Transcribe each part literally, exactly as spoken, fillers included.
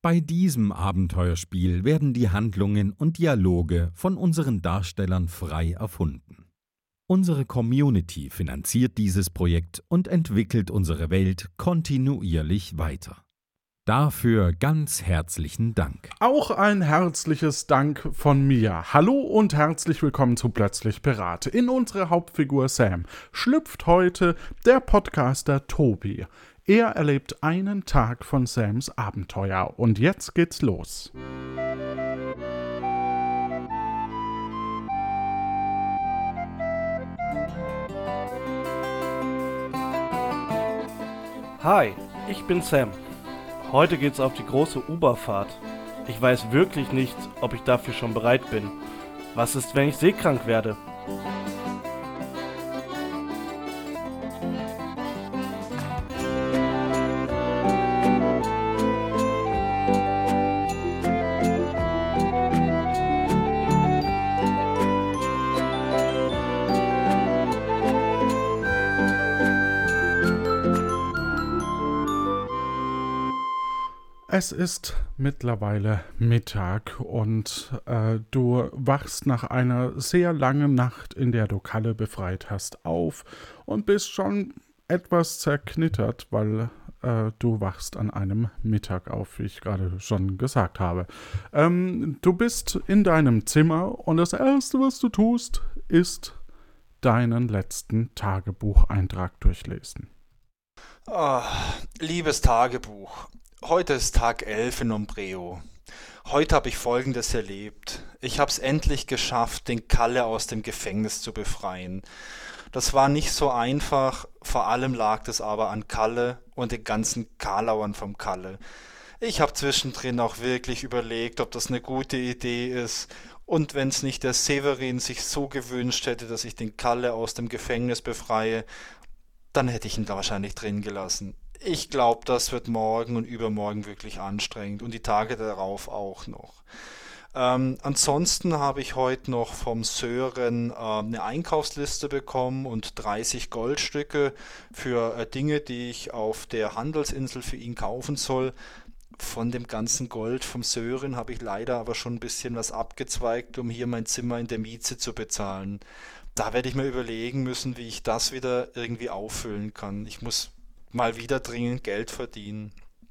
Bei diesem Abenteuerspiel werden die Handlungen und Dialoge von unseren Darstellern frei erfunden. Unsere Community finanziert dieses Projekt und entwickelt unsere Welt kontinuierlich weiter. Dafür ganz herzlichen Dank. Auch ein herzliches Dank von mir. Hallo und herzlich willkommen zu Plötzlich Pirate. In unsere Hauptfigur Sam schlüpft heute der Podcaster Tobi. Er erlebt einen Tag von Sams Abenteuer. Und jetzt geht's los. Hi, ich bin Sam. Heute geht's auf die große Uberfahrt. Ich weiß wirklich nicht, ob ich dafür schon bereit bin. Was ist, wenn ich seekrank werde? Es ist mittlerweile Mittag und äh, du wachst nach einer sehr langen Nacht, in der du Kalle befreit hast, auf und bist schon etwas zerknittert, weil äh, du wachst an einem Mittag auf, wie ich gerade schon gesagt habe. Ähm, du bist in deinem Zimmer und das Erste, was du tust, ist deinen letzten Tagebucheintrag durchlesen. Oh, liebes Tagebuch. Heute ist Tag elf in Umbreo. Heute habe ich Folgendes erlebt. Ich habe es endlich geschafft, den Kalle aus dem Gefängnis zu befreien. Das war nicht so einfach, vor allem lag das aber an Kalle und den ganzen Karlauern vom Kalle. Ich habe zwischendrin auch wirklich überlegt, ob das eine gute Idee ist und wenn es nicht der Severin sich so gewünscht hätte, dass ich den Kalle aus dem Gefängnis befreie, dann hätte ich ihn da wahrscheinlich drin gelassen. Ich glaube, das wird morgen und übermorgen wirklich anstrengend und die Tage darauf auch noch. Ähm, ansonsten habe ich heute noch vom Sören äh, eine Einkaufsliste bekommen und dreißig Goldstücke für äh, Dinge, die ich auf der Handelsinsel für ihn kaufen soll. Von dem ganzen Gold vom Sören habe ich leider aber schon ein bisschen was abgezweigt, um hier mein Zimmer in der Mieze zu bezahlen. Da werde ich mir überlegen müssen, wie ich das wieder irgendwie auffüllen kann. Ich muss mal wieder dringend Geld verdienen.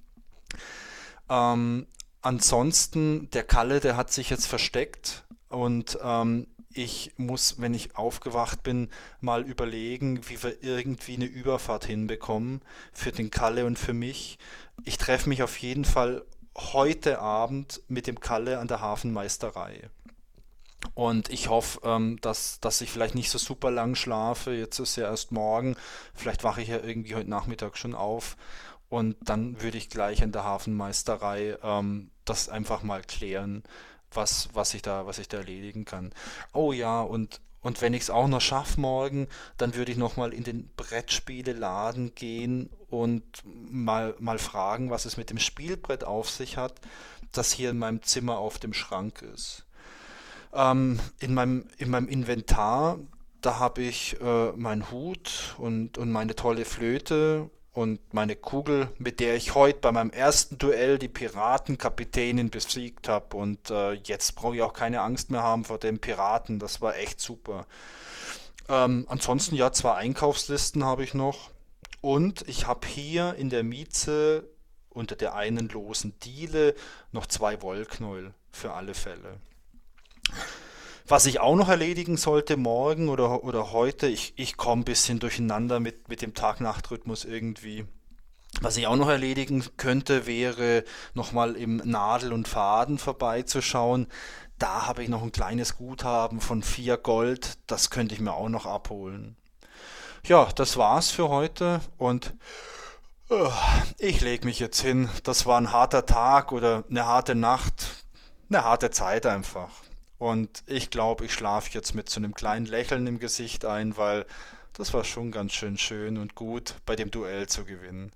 Ähm, ansonsten, der Kalle, der hat sich jetzt versteckt und ähm, ich muss, wenn ich aufgewacht bin, mal überlegen, wie wir irgendwie eine Überfahrt hinbekommen für den Kalle und für mich. Ich treffe mich auf jeden Fall heute Abend mit dem Kalle an der Hafenmeisterei. Und ich hoffe, ähm, dass, dass ich vielleicht nicht so super lang schlafe. Jetzt ist ja erst morgen. Vielleicht wache ich ja irgendwie heute Nachmittag schon auf. Und dann würde ich gleich an der Hafenmeisterei ähm, das einfach mal klären, was, was ich da, was ich da erledigen kann. Oh ja, und, und wenn ich es auch noch schaffe morgen, dann würde ich nochmal in den Brettspieleladen gehen und mal, mal fragen, was es mit dem Spielbrett auf sich hat, das hier in meinem Zimmer auf dem Schrank ist. Ähm, in meinem, in meinem Inventar, da habe ich äh, meinen Hut und, und meine tolle Flöte und meine Kugel, mit der ich heute bei meinem ersten Duell die Piratenkapitänin besiegt habe. Und äh, jetzt brauche ich auch keine Angst mehr haben vor den Piraten. Das war echt super. Ähm, ansonsten ja, zwei Einkaufslisten habe ich noch. Und ich habe hier in der Mieze unter der einen losen Diele noch zwei Wollknäuel für alle Fälle. Was ich auch noch erledigen sollte morgen oder, oder heute, ich, ich komme ein bisschen durcheinander mit, mit dem Tag-Nacht-Rhythmus irgendwie. Was ich auch noch erledigen könnte, wäre nochmal im Nadel und Faden vorbeizuschauen. Da habe ich noch ein kleines Guthaben von vier Gold, das könnte ich mir auch noch abholen. Ja, das war's für heute und uh, ich lege mich jetzt hin. Das war ein harter Tag oder eine harte Nacht, eine harte Zeit einfach. Und ich glaube, ich schlafe jetzt mit so einem kleinen Lächeln im Gesicht ein, weil das war schon ganz schön schön und gut, bei dem Duell zu gewinnen.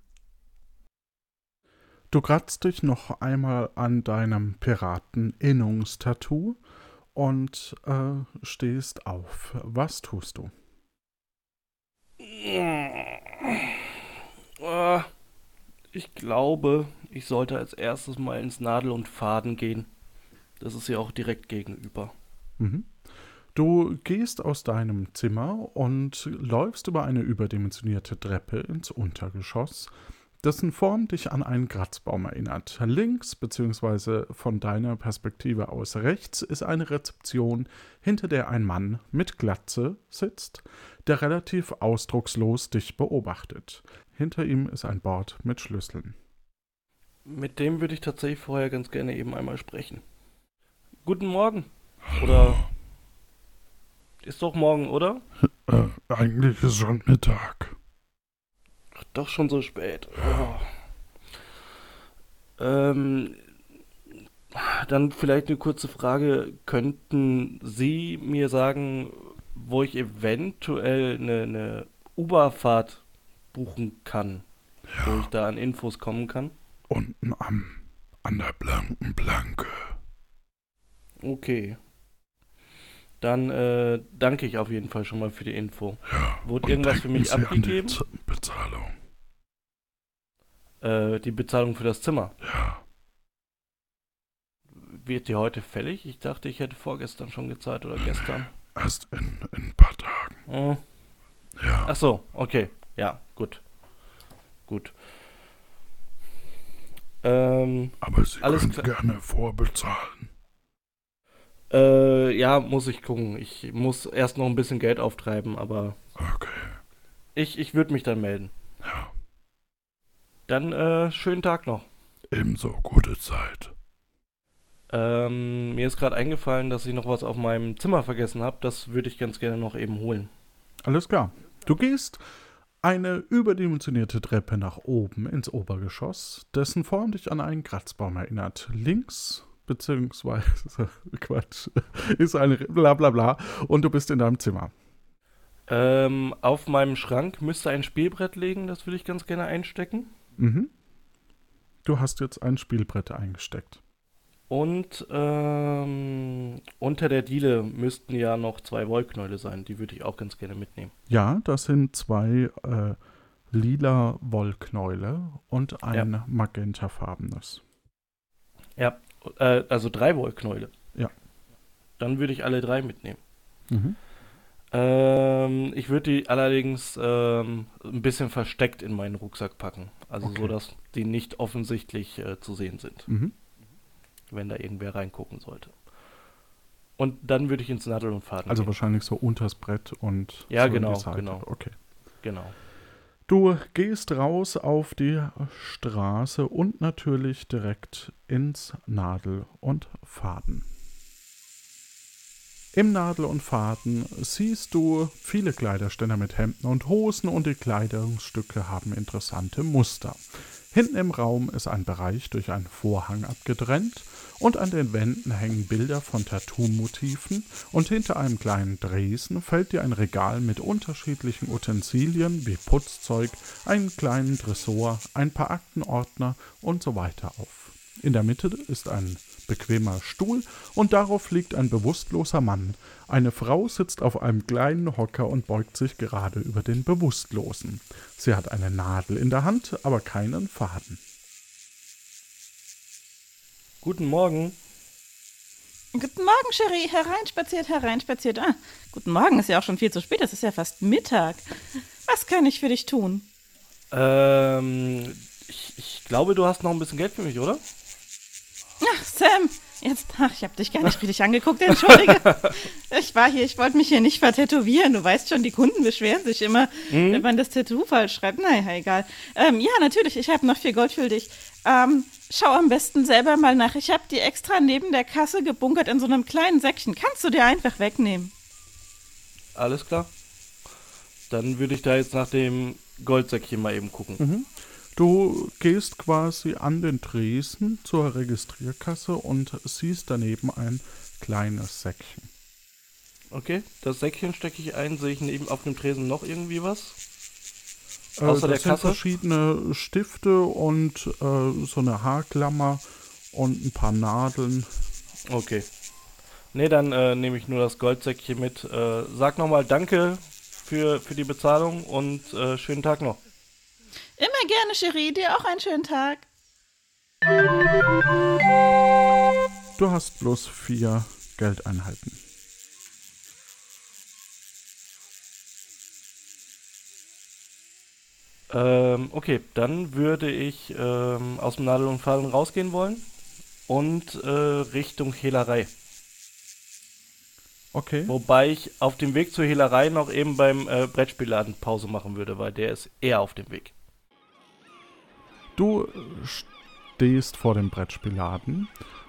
Du kratzt dich noch einmal an deinem Piraten-Innungstattoo und äh, stehst auf. Was tust du? Ich glaube, ich sollte als erstes mal ins Nadel und Faden gehen. Das ist ja auch direkt gegenüber. Mhm. Du gehst aus deinem Zimmer und läufst über eine überdimensionierte Treppe ins Untergeschoss, dessen Form dich an einen Kratzbaum erinnert. Links, beziehungsweise von deiner Perspektive aus rechts, ist eine Rezeption, hinter der ein Mann mit Glatze sitzt, der relativ ausdruckslos dich beobachtet. Hinter ihm ist ein Board mit Schlüsseln. Mit dem würde ich tatsächlich vorher ganz gerne eben einmal sprechen. Guten Morgen. Oder... Ist doch morgen, oder? Äh, eigentlich ist schon Mittag. Ach, doch schon so spät. Oh. Ähm, dann vielleicht eine kurze Frage. Könnten Sie mir sagen, wo ich eventuell eine, eine Uberfahrt buchen kann? Ja. Wo ich da an Infos kommen kann? Unten am, an der blanken Planke. Okay. Dann äh, danke ich auf jeden Fall schon mal für die Info. Ja, Wurde irgendwas für mich Sie abgegeben? An die Bezahlung. Äh, die Bezahlung für das Zimmer. Ja. Wird die heute fällig? Ich dachte, ich hätte vorgestern schon gezahlt oder gestern. Erst in, in ein paar Tagen. Hm. Ja. Ach so, okay. Ja, gut. Gut. Ähm, Aber Sie alles können klar. gerne vorbezahlen. Äh, ja, muss ich gucken. Ich muss erst noch ein bisschen Geld auftreiben, aber Okay. ich, ich würde mich dann melden. Ja. Dann, äh, schönen Tag noch. Ebenso gute Zeit. Ähm, mir ist gerade eingefallen, dass ich noch was auf meinem Zimmer vergessen habe. Das würde ich ganz gerne noch eben holen. Alles klar. Du gehst eine überdimensionierte Treppe nach oben ins Obergeschoss, dessen Form dich an einen Kratzbaum erinnert. Links, beziehungsweise, Quatsch, ist eine bla bla bla und du bist in deinem Zimmer. Ähm, auf meinem Schrank müsste ein Spielbrett liegen. Das würde ich ganz gerne einstecken. Mhm. Du hast jetzt ein Spielbrett eingesteckt. Und ähm, unter der Diele müssten ja noch zwei Wollknäule sein. Die würde ich auch ganz gerne mitnehmen. Ja, das sind zwei äh, lila Wollknäule und ein Ja. magentafarbenes. Ja, äh, also drei Wollknäule. Ja. Dann würde ich alle drei mitnehmen. Mhm. Ähm, ich würde die allerdings ähm, ein bisschen versteckt in meinen Rucksack packen. Also Okay. so, dass die nicht offensichtlich äh, zu sehen sind, Mhm. wenn da irgendwer reingucken sollte. Und dann würde ich ins Nadel und Faden Also gehen. wahrscheinlich so unters Brett und Ja, so in genau, die Seite. genau. Okay. Genau. Du gehst raus auf die Straße und natürlich direkt ins Nadel und Faden. Im Nadel und Faden siehst du viele Kleiderständer mit Hemden und Hosen und die Kleidungsstücke haben interessante Muster. Hinten im Raum ist ein Bereich durch einen Vorhang abgetrennt und an den Wänden hängen Bilder von Tattoo-Motiven und hinter einem kleinen Dresen fällt dir ein Regal mit unterschiedlichen Utensilien wie Putzzeug, einen kleinen Tresor, ein paar Aktenordner und so weiter auf. In der Mitte ist ein bequemer Stuhl und darauf liegt ein bewusstloser Mann. Eine Frau sitzt auf einem kleinen Hocker und beugt sich gerade über den Bewusstlosen. Sie hat eine Nadel in der Hand, aber keinen Faden. Guten Morgen. Guten Morgen, Cherie. Hereinspaziert, hereinspaziert. Ah, guten Morgen, ist ja auch schon viel zu spät. Es ist ja fast Mittag. Was kann ich für dich tun? Ähm, ich, ich glaube, du hast noch ein bisschen Geld für mich, oder? Ach, Sam, jetzt, ach, ich habe dich gar nicht richtig angeguckt, entschuldige. Ich war hier, ich wollte mich hier nicht vertätowieren. Du weißt schon, die Kunden beschweren sich immer, Mhm. wenn man das Tattoo falsch schreibt. Naja, egal. Ähm, ja, natürlich, ich habe noch viel Gold für dich. Ähm, schau am besten selber mal nach. Ich habe die extra neben der Kasse gebunkert in so einem kleinen Säckchen. Kannst du dir einfach wegnehmen. Alles klar. Dann würde ich da jetzt nach dem Goldsäckchen mal eben gucken. Mhm. Du gehst quasi an den Tresen zur Registrierkasse und siehst daneben ein kleines Säckchen. Okay, das Säckchen stecke ich ein. Sehe ich neben auf dem Tresen noch irgendwie was? Äh, Außer das der sind Kasse? verschiedene Stifte und äh, so eine Haarklammer und ein paar Nadeln. Okay. Ne, dann äh, nehme ich nur das Goldsäckchen mit. Äh, sag nochmal Danke für, für die Bezahlung und äh, schönen Tag noch. Immer gerne, Cherie. Dir auch einen schönen Tag. Du hast bloß vier Geldeinheiten. Ähm, okay, dann würde ich ähm, aus dem Nadel und Faden rausgehen wollen und äh, Richtung Hehlerei. Okay. Wobei ich auf dem Weg zur Hehlerei noch eben beim äh, Brettspielladen Pause machen würde, weil der ist eher auf dem Weg. Du stehst vor dem Brettspielladen.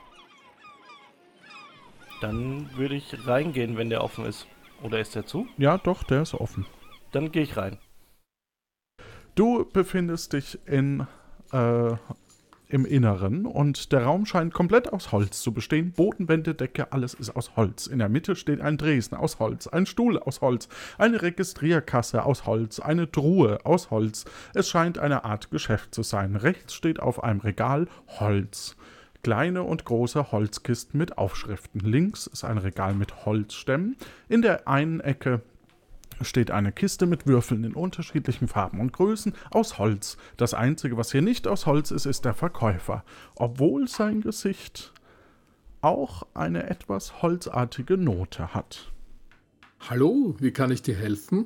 Dann würde ich reingehen, wenn der offen ist. Oder ist der zu? Ja, doch, der ist offen. Dann gehe ich rein. Du befindest dich in, äh, im Inneren und der Raum scheint komplett aus Holz zu bestehen. Boden, Wände, Decke, alles ist aus Holz. In der Mitte steht ein Dresen aus Holz, ein Stuhl aus Holz, eine Registrierkasse aus Holz, eine Truhe aus Holz. Es scheint eine Art Geschäft zu sein. Rechts steht auf einem Regal Holz. Kleine und große Holzkisten mit Aufschriften. Links ist ein Regal mit Holzstämmen. In der einen Ecke steht eine Kiste mit Würfeln in unterschiedlichen Farben und Größen aus Holz. Das Einzige, was hier nicht aus Holz ist, ist der Verkäufer, obwohl sein Gesicht auch eine etwas holzartige Note hat. Hallo, wie kann ich dir helfen?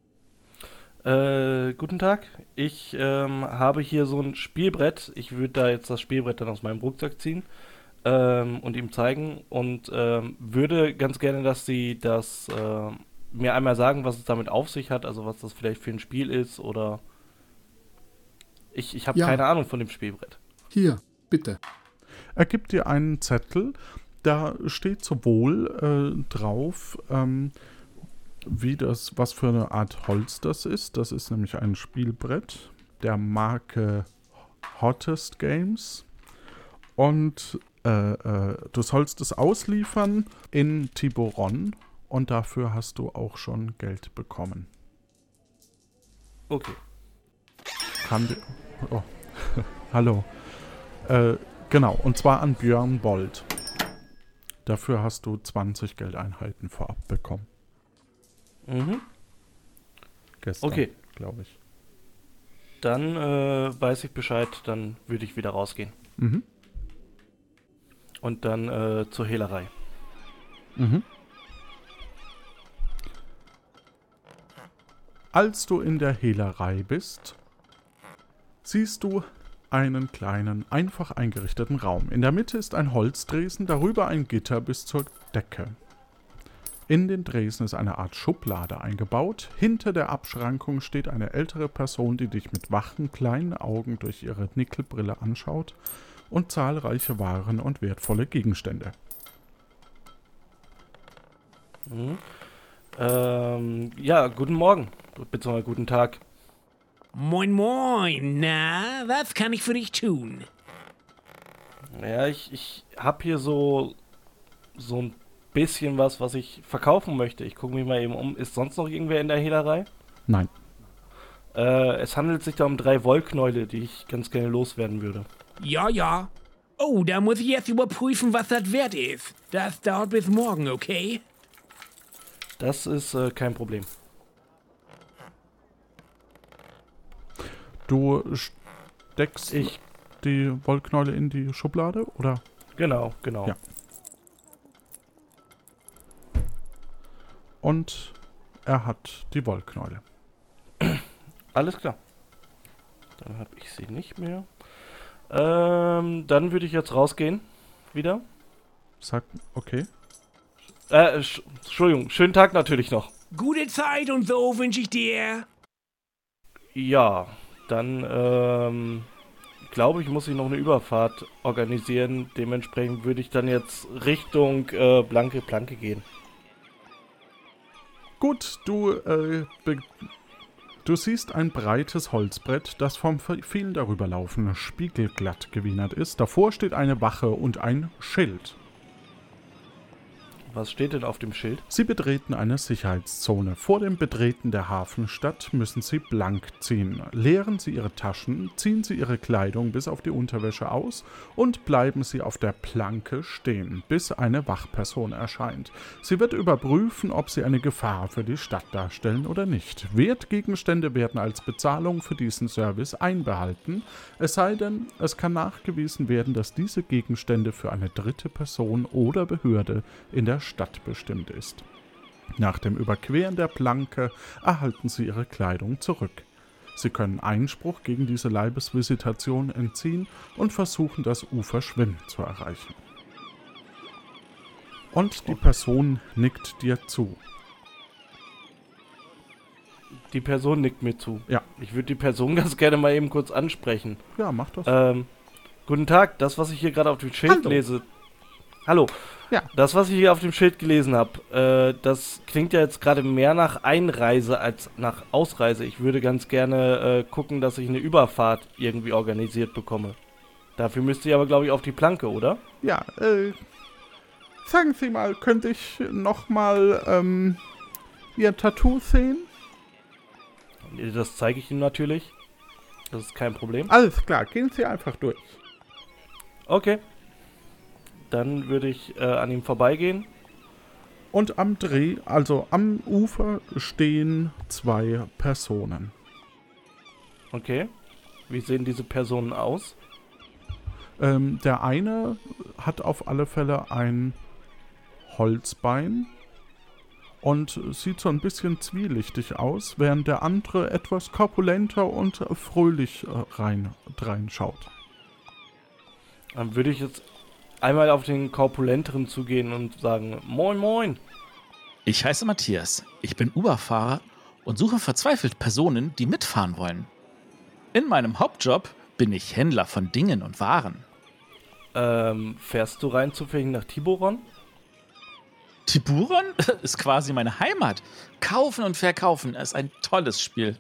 Äh, guten Tag. Ich ähm, habe hier so ein Spielbrett. Ich würde da jetzt das Spielbrett dann aus meinem Rucksack ziehen ähm, und ihm zeigen und ähm, würde ganz gerne, dass Sie das äh, mir einmal sagen, was es damit auf sich hat, also was das vielleicht für ein Spiel ist oder ich, ich habe Ja. keine Ahnung von dem Spielbrett. Hier, bitte. Er gibt dir einen Zettel, da steht sowohl äh, drauf, ähm, wie das, was für eine Art Holz das ist. Das ist nämlich ein Spielbrett der Marke Hottest Games. Und äh, äh, du sollst es ausliefern in Tiburon und dafür hast du auch schon Geld bekommen. Okay. Kann die, oh, hallo. Äh, genau, und zwar an Björn Bold. Dafür hast du zwanzig Geldeinheiten vorab bekommen. Mhm. Gestern, Okay. glaube ich. Dann äh, weiß ich Bescheid, dann würde ich wieder rausgehen. Mhm. Und dann äh, zur Hehlerei. Mhm. Als du in der Hehlerei bist, siehst du einen kleinen, einfach eingerichteten Raum. In der Mitte ist ein Holzdresen, darüber ein Gitter bis zur Decke. In den Dresen ist eine Art Schublade eingebaut. Hinter der Abschrankung steht eine ältere Person, die dich mit wachen, kleinen Augen durch ihre Nickelbrille anschaut und zahlreiche Waren und wertvolle Gegenstände. Mhm. Ähm, ja, guten Morgen. Beziehungsweise guten Tag. Moin moin, na, was kann ich für dich tun? Ja, ich, ich habe hier so, so ein bisschen was, was ich verkaufen möchte. Ich gucke mich mal eben um. Ist sonst noch irgendwer in der Hehlerei? Nein. Äh, es handelt sich da um drei Wollknäule, die ich ganz gerne loswerden würde. Ja, ja. Oh, da muss ich jetzt überprüfen, was das wert ist. Das dauert bis morgen, okay? Das ist äh, kein Problem. Du steckst Ich, die Wollknäule in die Schublade, oder? genau, genau. Ja. Und er hat die Wollknäule. Alles klar. Dann habe ich sie nicht mehr. Ähm, dann würde ich jetzt rausgehen. Wieder. Sag, okay. Äh, sch- Entschuldigung, schönen Tag natürlich noch. Gute Zeit und so wünsche ich dir. Ja, dann, ähm, glaube ich, muss ich noch eine Überfahrt organisieren. Dementsprechend würde ich dann jetzt Richtung äh, Blanke Planke gehen. Gut, du, äh, be- du siehst ein breites Holzbrett, das vom vielen darüberlaufenden spiegelglatt gewienert ist. Davor steht eine Wache und ein Schild. Was steht denn auf dem Schild? Sie betreten eine Sicherheitszone. Vor dem Betreten der Hafenstadt müssen Sie blank ziehen. Leeren Sie Ihre Taschen, ziehen Sie Ihre Kleidung bis auf die Unterwäsche aus und bleiben Sie auf der Planke stehen, bis eine Wachperson erscheint. Sie wird überprüfen, ob Sie eine Gefahr für die Stadt darstellen oder nicht. Wertgegenstände werden als Bezahlung für diesen Service einbehalten, es sei denn, es kann nachgewiesen werden, dass diese Gegenstände für eine dritte Person oder Behörde in der Stadt bestimmt ist. Nach dem Überqueren der Planke erhalten Sie Ihre Kleidung zurück. Sie können Einspruch gegen diese Leibesvisitation entziehen und versuchen, das Ufer schwimmend zu erreichen. Und die Person nickt dir zu. Die Person nickt mir zu. Ja. Ich würde die Person ganz gerne mal eben kurz ansprechen. Ja, mach das. Ähm, guten Tag, das, was ich hier gerade auf dem Schild Hallo. lese. Hallo. Ja. Das, was ich hier auf dem Schild gelesen habe, äh, das klingt ja jetzt gerade mehr nach Einreise als nach Ausreise. Ich würde ganz gerne äh, gucken, dass ich eine Überfahrt irgendwie organisiert bekomme. Dafür müsste ich aber, glaube ich, auf die Planke, oder? Ja, äh, sagen Sie mal, könnte ich nochmal, ähm, Ihr Tattoo sehen? Das zeige ich Ihnen natürlich. Das ist kein Problem. Alles klar, gehen Sie einfach durch. Okay. Dann würde ich äh, an ihm vorbeigehen. Und am Dreh, also am Ufer, stehen zwei Personen. Okay. Wie sehen diese Personen aus? Ähm, der eine hat auf alle Fälle ein Holzbein und sieht so ein bisschen zwielichtig aus, während der andere etwas korpulenter und fröhlich äh, rein, reinschaut. Dann würde ich jetzt einmal auf den Korpulenteren zugehen und sagen, moin moin. Ich heiße Matthias, ich bin Uber-Fahrer und suche verzweifelt Personen, die mitfahren wollen. In meinem Hauptjob bin ich Händler von Dingen und Waren. Ähm, fährst du rein zufällig nach Tiburon? Tiburon ist quasi meine Heimat. Kaufen und verkaufen ist ein tolles Spiel.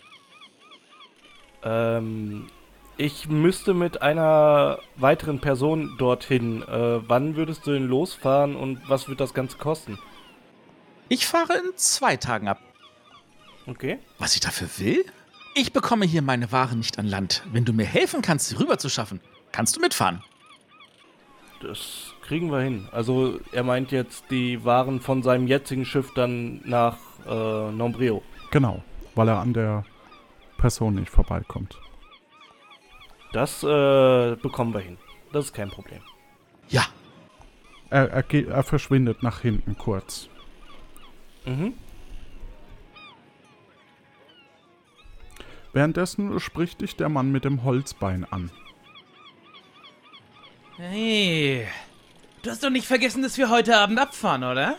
Ähm, ich müsste mit einer weiteren Person dorthin. Äh, wann würdest du denn losfahren und was wird das Ganze kosten? Ich fahre in zwei Tagen ab. Okay. Was ich dafür will? Ich bekomme hier meine Waren nicht an Land. Wenn du mir helfen kannst, sie rüber zu schaffen, kannst du mitfahren. Das kriegen wir hin. Also er meint jetzt die Waren von seinem jetzigen Schiff dann nach äh, Nombreo. Genau, weil er an der Person nicht vorbeikommt. Das äh, bekommen wir hin. Das ist kein Problem. Ja. Er, er, geht, er verschwindet nach hinten kurz. Mhm. Währenddessen spricht dich der Mann mit dem Holzbein an. Hey, du hast doch nicht vergessen, dass wir heute Abend abfahren, oder?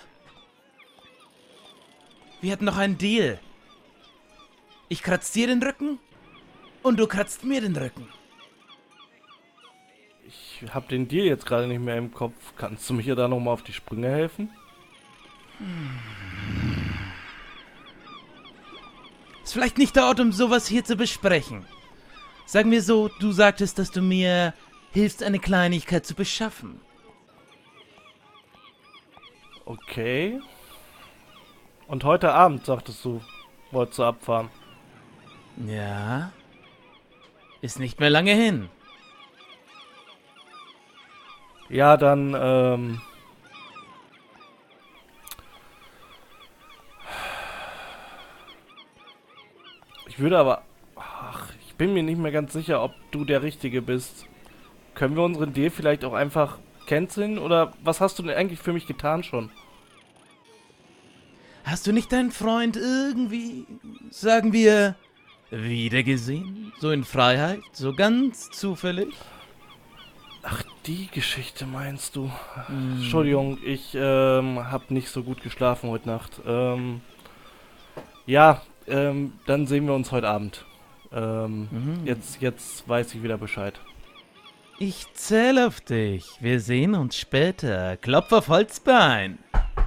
Wir hatten noch einen Deal. Ich kratz dir den Rücken und du kratzt mir den Rücken. Ich habe den Deal jetzt gerade nicht mehr im Kopf. Kannst du mir hier da nochmal auf die Sprünge helfen? Ist vielleicht nicht der Ort, um sowas hier zu besprechen. Sagen wir so, du sagtest, dass du mir hilfst, eine Kleinigkeit zu beschaffen. Okay. Und heute Abend, sagtest du, wolltest du abfahren. Ja. Ist nicht mehr lange hin. Ja, dann, ähm... Ich würde aber... Ach, ich bin mir nicht mehr ganz sicher, ob du der Richtige bist. Können wir unseren Deal vielleicht auch einfach canceln? Oder was hast du denn eigentlich für mich getan schon? Hast du nicht deinen Freund irgendwie, sagen wir, wiedergesehen? So in Freiheit? So ganz zufällig? Ach, die Geschichte meinst du? Mm. Entschuldigung, ich ähm, hab nicht so gut geschlafen heute Nacht. Ähm, ja, ähm, dann sehen wir uns heute Abend. Ähm, mhm. jetzt, jetzt weiß ich wieder Bescheid. Ich zähle auf dich. Wir sehen uns später. Klopf auf Holzbein.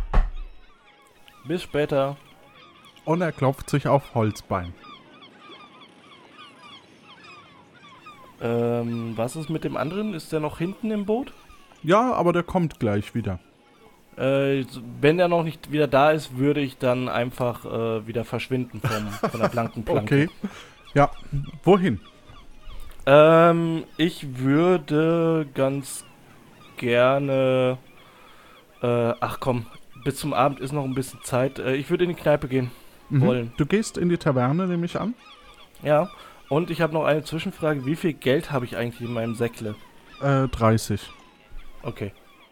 Bis später. Und er klopft sich auf Holzbein. Ähm, was ist mit dem anderen? Ist der noch hinten im Boot? Ja, aber der kommt gleich wieder. Äh, wenn er noch nicht wieder da ist, würde ich dann einfach äh, wieder verschwinden vom, von der blanken Planke. Okay. Ja, wohin? Ähm, ich würde ganz gerne... Äh, ach komm, bis zum Abend ist noch ein bisschen Zeit. Äh, ich würde in die Kneipe gehen Mhm. wollen. Du gehst in die Taverne, nehme ich an? Ja, und ich habe noch eine Zwischenfrage. Wie viel Geld habe ich eigentlich in meinem Säckle? Äh, dreißig. Okay.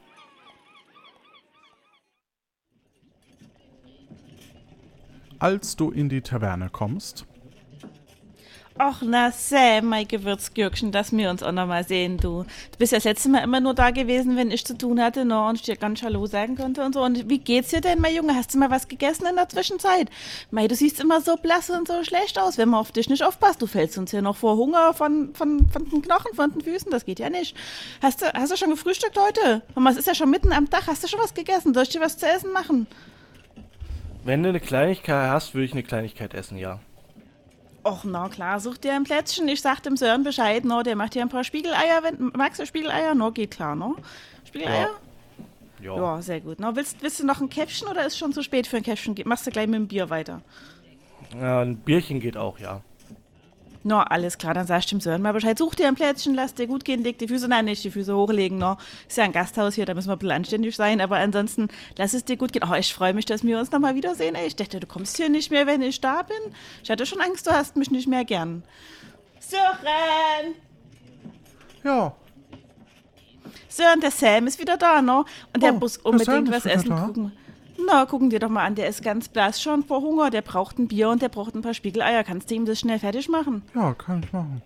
Als du in die Taverne kommst, Ach na Sam, mein Gewürzgürkchen, dass wir uns auch noch mal sehen, du. Du bist ja das letzte Mal immer nur da gewesen, wenn ich zu tun hatte, no, und ich dir ganz Hallo sagen konnte und so. Und wie geht's dir denn, mein Junge? Hast du mal was gegessen in der Zwischenzeit? Mei, du siehst immer so blass und so schlecht aus, wenn man auf dich nicht aufpasst. Du fällst uns hier noch vor Hunger von, von, von den Knochen, von den Füßen. Das geht ja nicht. Hast du, hast du schon gefrühstückt heute? Mama, es ist ja schon mitten am Tag. Hast du schon was gegessen? Soll ich dir was zu essen machen? Wenn du eine Kleinigkeit hast, würde ich eine Kleinigkeit essen, ja. Och, na klar, such dir ein Plätzchen. Ich sag dem Sören Bescheid, no, der macht dir ein paar Spiegeleier. Wenn, magst du Spiegeleier? No, geht klar, no? Spiegeleier? Ja. Ja, sehr gut. No, willst, willst du noch ein Käffchen oder ist schon zu spät für ein Käffchen? Ge- Machst du gleich mit dem Bier weiter? Ja, ein Bierchen geht auch, ja. No, alles klar, dann sagst du dem Sören mal Bescheid. Such dir ein Plätzchen, lass dir gut gehen, leg die Füße, nein, nicht die Füße hochlegen, no. Ist ja ein Gasthaus hier, da müssen wir ein bisschen anständig sein, aber ansonsten lass es dir gut gehen. Oh, ich freue mich, dass wir uns nochmal wiedersehen, ey. Ich dachte, du kommst hier nicht mehr, wenn ich da bin. Ich hatte schon Angst, du hast mich nicht mehr gern. Sören! ja, Sören, der Sam ist wieder da, no? Und der Oh, muss der unbedingt Sam ist was wieder essen. da? Gucken. Na, gucken dir doch mal an, der ist ganz blass schon vor Hunger. Der braucht ein Bier und der braucht ein paar Spiegeleier. Kannst du ihm das schnell fertig machen? ja, kann ich machen.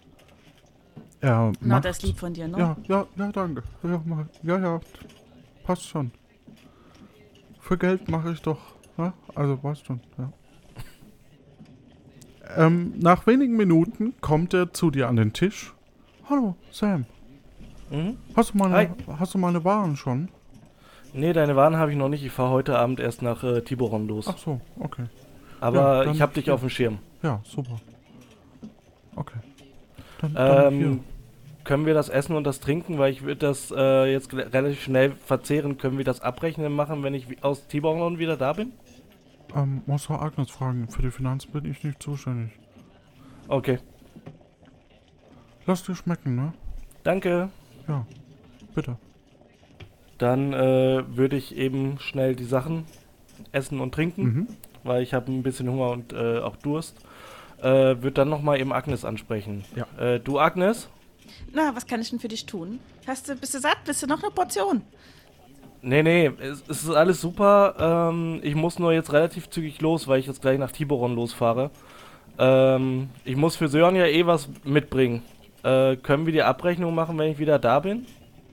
Er Na, macht, das ist lieb von dir, ne? Ja, ja, ja, danke. Ja, mach, ja, ja, passt schon. Für Geld mache ich doch, ja? Also passt schon, ja. Ähm, nach wenigen Minuten kommt er zu dir an den Tisch. Hallo, Sam. Mhm. Hast du meine, Hi. hast du meine Waren schon? Nee, deine Waren habe ich noch nicht. Ich fahre heute Abend erst nach äh, Tiburon los. Ach so, okay. Aber ja, dann ich habe dich hier. auf dem Schirm. Ja, super. Okay. Dann, dann hier. Ähm, können wir das Essen und das Trinken, weil ich würde das äh, jetzt gl- relativ schnell verzehren, können wir das abrechnen machen, wenn ich wi- aus Tiburon wieder da bin? Ähm, muss Frau Agnes fragen. Für die Finanzen bin ich nicht zuständig. Okay, Lass dir schmecken, ne? danke. Ja, bitte. Dann äh, würde ich eben schnell die Sachen essen und trinken, Mhm. weil ich habe ein bisschen Hunger und äh, auch Durst. Äh, würde dann nochmal eben Agnes ansprechen. Ja. Äh, du Agnes? Na, was kann ich denn für dich tun? Hast du, bist du satt? Bist du noch eine Portion? Nee, nee, es, es ist alles super. Ähm, ich muss nur jetzt relativ zügig los, weil ich jetzt gleich nach Tiburon losfahre. Ähm, ich muss für Sören ja eh was mitbringen. Äh, können wir die Abrechnung machen, wenn ich wieder da bin?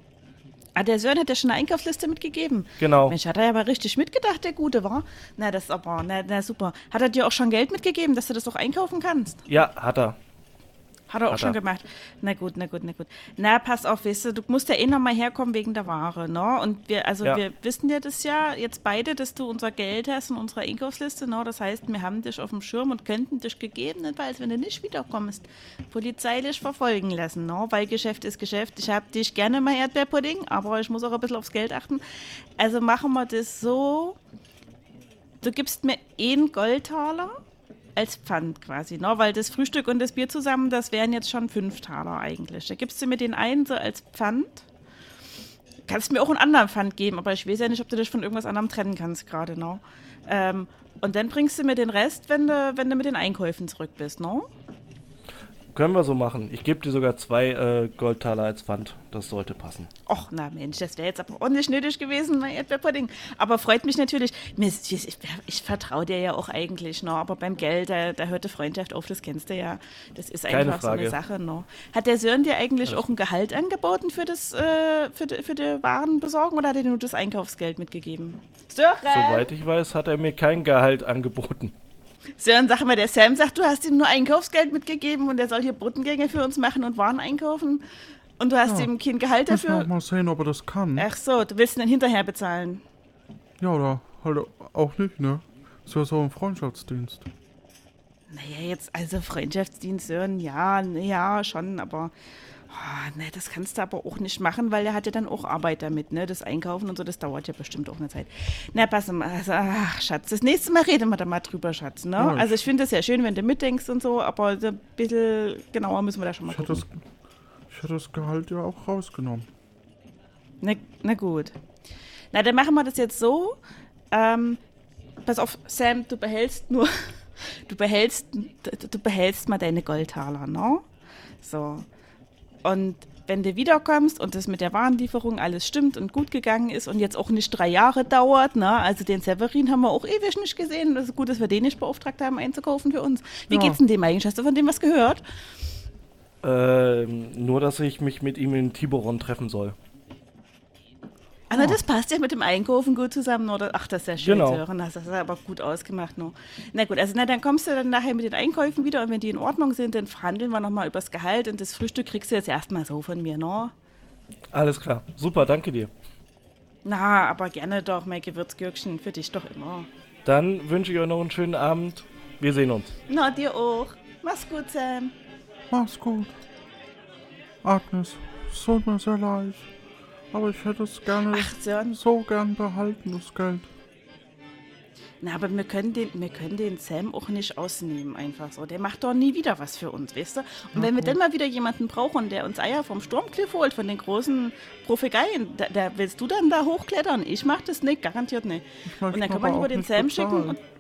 Ah, der Sören hat ja schon eine Einkaufsliste mitgegeben. Genau. Mensch, hat er aber richtig mitgedacht, der Gute, war? Na, das ist aber, na, na super. Hat er dir auch schon Geld mitgegeben, dass du das auch einkaufen kannst? Ja, hat er. Hat er auch Hat schon er. gemacht. Na gut, na gut, na gut. Na, pass auf, weißt du, du musst ja eh nochmal herkommen wegen der Ware, ne? Und wir, also Ja. wir wissen ja das ja jetzt beide, dass du unser Geld hast in unserer Einkaufsliste, ne? Das heißt, wir haben dich auf dem Schirm und könnten dich gegebenenfalls, wenn du nicht wiederkommst, polizeilich verfolgen lassen, ne? Weil Geschäft ist Geschäft. Ich hab dich gerne mal Erdbeerpudding, aber ich muss auch ein bisschen aufs Geld achten. Also machen wir das so, du gibst mir einen Goldtaler als Pfand quasi, ne? Weil das Frühstück und das Bier zusammen, das wären jetzt schon fünf Taler eigentlich. Da gibst du mir den einen so als Pfand. Kannst mir auch einen anderen Pfand geben, aber ich weiß ja nicht, ob du dich von irgendwas anderem trennen kannst gerade, ne? Ähm, und dann bringst du mir den Rest, wenn du, wenn du mit den Einkäufen zurück bist, ne? Können wir so machen. Ich gebe dir sogar zwei äh, Goldtaler als Pfand. Das sollte passen. Och, na Mensch, das wäre jetzt aber auch nicht nötig gewesen, mein Erdbeerpudding. Aber freut mich natürlich. Mir ist- Ich, ich, ich vertraue dir ja auch eigentlich, ne? Aber beim Geld, da, da hört die Freundschaft auf, das kennst du ja. Das ist Keine einfach so Frage. eine Sache, ne? Hat der Sören dir eigentlich auch ein Gehalt angeboten für das, äh, für, die, für die Warenbesorgung oder hat er dir nur das Einkaufsgeld mitgegeben? Sören! Soweit ich weiß, hat er mir kein Gehalt angeboten. Sören, sag mal, der Sam sagt, du hast ihm nur Einkaufsgeld mitgegeben und er soll hier Brotengänge für uns machen und Waren einkaufen. Und du hast Ja. ihm kein Gehalt Müssen wir auch dafür. mal sehen, ob er das kann. Ach so, du willst ihn dann hinterher bezahlen. Ja, oder halt auch nicht, ne? Ist ja so ein Freundschaftsdienst. Naja, jetzt, also Freundschaftsdienst, Sören, ja, ja, schon, aber Oh, ne, das kannst du aber auch nicht machen, weil er hat ja dann auch Arbeit damit, ne? Das Einkaufen und so, das dauert ja bestimmt auch eine Zeit. Na, pass mal, also, ach, Schatz, das nächste Mal reden wir da mal drüber, Schatz, ne? Ja, ich- Also ich finde das ja schön, wenn du mitdenkst und so, aber so ein bisschen genauer müssen wir da schon mal Ich hätte, gucken. das, ich hätte das Gehalt ja auch rausgenommen. Na, na gut. Na, dann machen wir das jetzt so. Ähm, pass auf, Sam, du behältst nur, du behältst, du, du behältst mal deine Goldtaler, ne? So. Und wenn du wiederkommst und das mit der Warenlieferung alles stimmt und gut gegangen ist und jetzt auch nicht drei Jahre dauert, ne? Also den Severin haben wir auch ewig nicht gesehen. Das ist gut, dass wir den nicht beauftragt haben, einzukaufen für uns. Wie Ja. geht's denn dem eigentlich? Hast du von dem was gehört? Ähm, nur, dass ich mich mit ihm in Tiburon treffen soll. Ah, na, das passt ja mit dem Einkaufen gut zusammen, oder? Ach, das ist ja schön Genau. zu hören. Das ist aber gut ausgemacht. No. Na gut, also na, dann kommst du dann nachher mit den Einkäufen wieder und wenn die in Ordnung sind, dann verhandeln wir nochmal übers Gehalt und das Frühstück kriegst du jetzt erstmal so von mir, no? Alles klar. Super, danke dir. Na, aber gerne doch, mein Gewürzgürkchen, für dich doch immer. Dann wünsche ich euch noch einen schönen Abend. Wir sehen uns. Na, dir auch. Mach's gut, Sam. Mach's gut. Agnes, es tut mir sehr leid. Aber ich hätte es gerne Ach, Sören. so gern behalten, das Geld. Na, aber wir können, den, wir können den Sam auch nicht ausnehmen, einfach so. Der macht doch nie wieder was für uns, weißt du? Und wenn wir dann mal wieder jemanden brauchen, der uns Eier vom Sturmcliff holt, von den großen Profegeien, da, da willst du dann da hochklettern? Ich mach das nicht, garantiert nicht. Ich möchte Und dann kann aber man lieber auch den nicht Sam schicken bezahlen. und...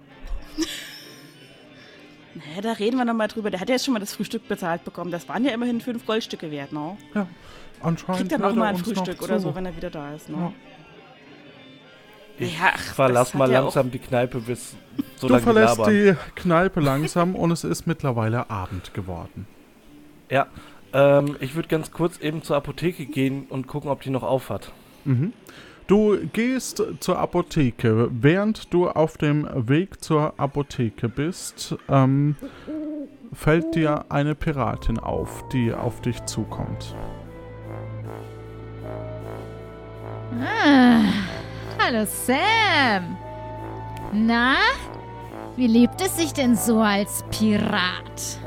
Naja, da reden wir nochmal drüber. Der hat ja jetzt schon mal das Frühstück bezahlt bekommen. Das waren ja immerhin fünf Goldstücke wert, ne? Ja, anscheinend Kriegt er hört nochmal ein uns noch Frühstück oder zu. so, wenn er wieder da ist, ne? Ja. Ich Ja, ach, verlass das mal hat ja langsam die Kneipe, bis so Du lange die verlässt labern. die Kneipe langsam und es ist mittlerweile Abend geworden. Ja, ähm, ich würde ganz kurz eben zur Apotheke gehen und gucken, ob die noch auf hat. Mhm. Du gehst zur Apotheke. Während du auf dem Weg zur Apotheke bist, ähm, fällt dir eine Piratin auf, die auf dich zukommt. Ah, hallo Sam. Na, wie lebt es sich denn so als Pirat?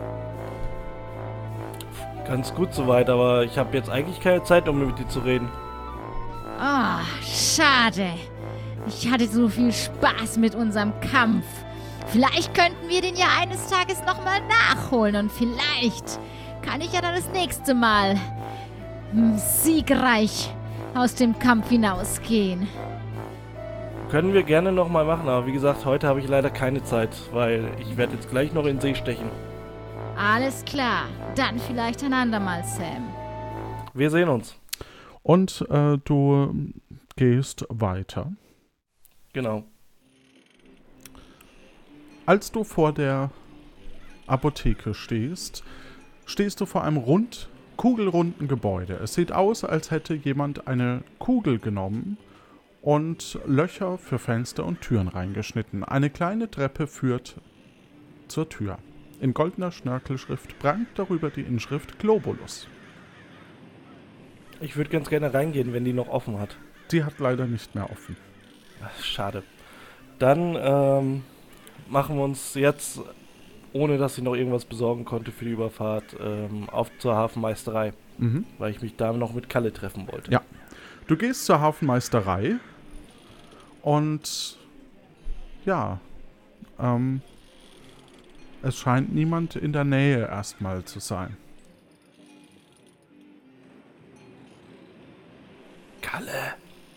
Ganz gut soweit, aber ich habe jetzt eigentlich keine Zeit, um mit dir zu reden. Oh, schade. Ich hatte so viel Spaß mit unserem Kampf. Vielleicht könnten wir den ja eines Tages nochmal nachholen und vielleicht kann ich ja dann das nächste Mal hm, siegreich aus dem Kampf hinausgehen. Können wir gerne nochmal machen, aber wie gesagt, heute habe ich leider keine Zeit, weil ich werde jetzt gleich noch in den See stechen. Alles klar, dann vielleicht ein andermal, Sam. Wir sehen uns. Und äh, du gehst weiter. Genau. Als du vor der Apotheke stehst, stehst du vor einem rund, kugelrunden Gebäude. Es sieht aus, als hätte jemand eine Kugel genommen und Löcher für Fenster und Türen reingeschnitten. Eine kleine Treppe führt zur Tür. In goldener Schnörkelschrift prangt darüber die Inschrift Globulus. Ich würde ganz gerne reingehen, wenn die noch offen hat. Die hat leider nicht mehr offen. Ach, schade. Dann ähm, machen wir uns jetzt, ohne dass ich noch irgendwas besorgen konnte für die Überfahrt, ähm, auf zur Hafenmeisterei. Mhm. Weil ich mich da noch mit Kalle treffen wollte. Ja. Du gehst zur Hafenmeisterei und ja, ähm, es scheint niemand in der Nähe erstmal zu sein. Kalle.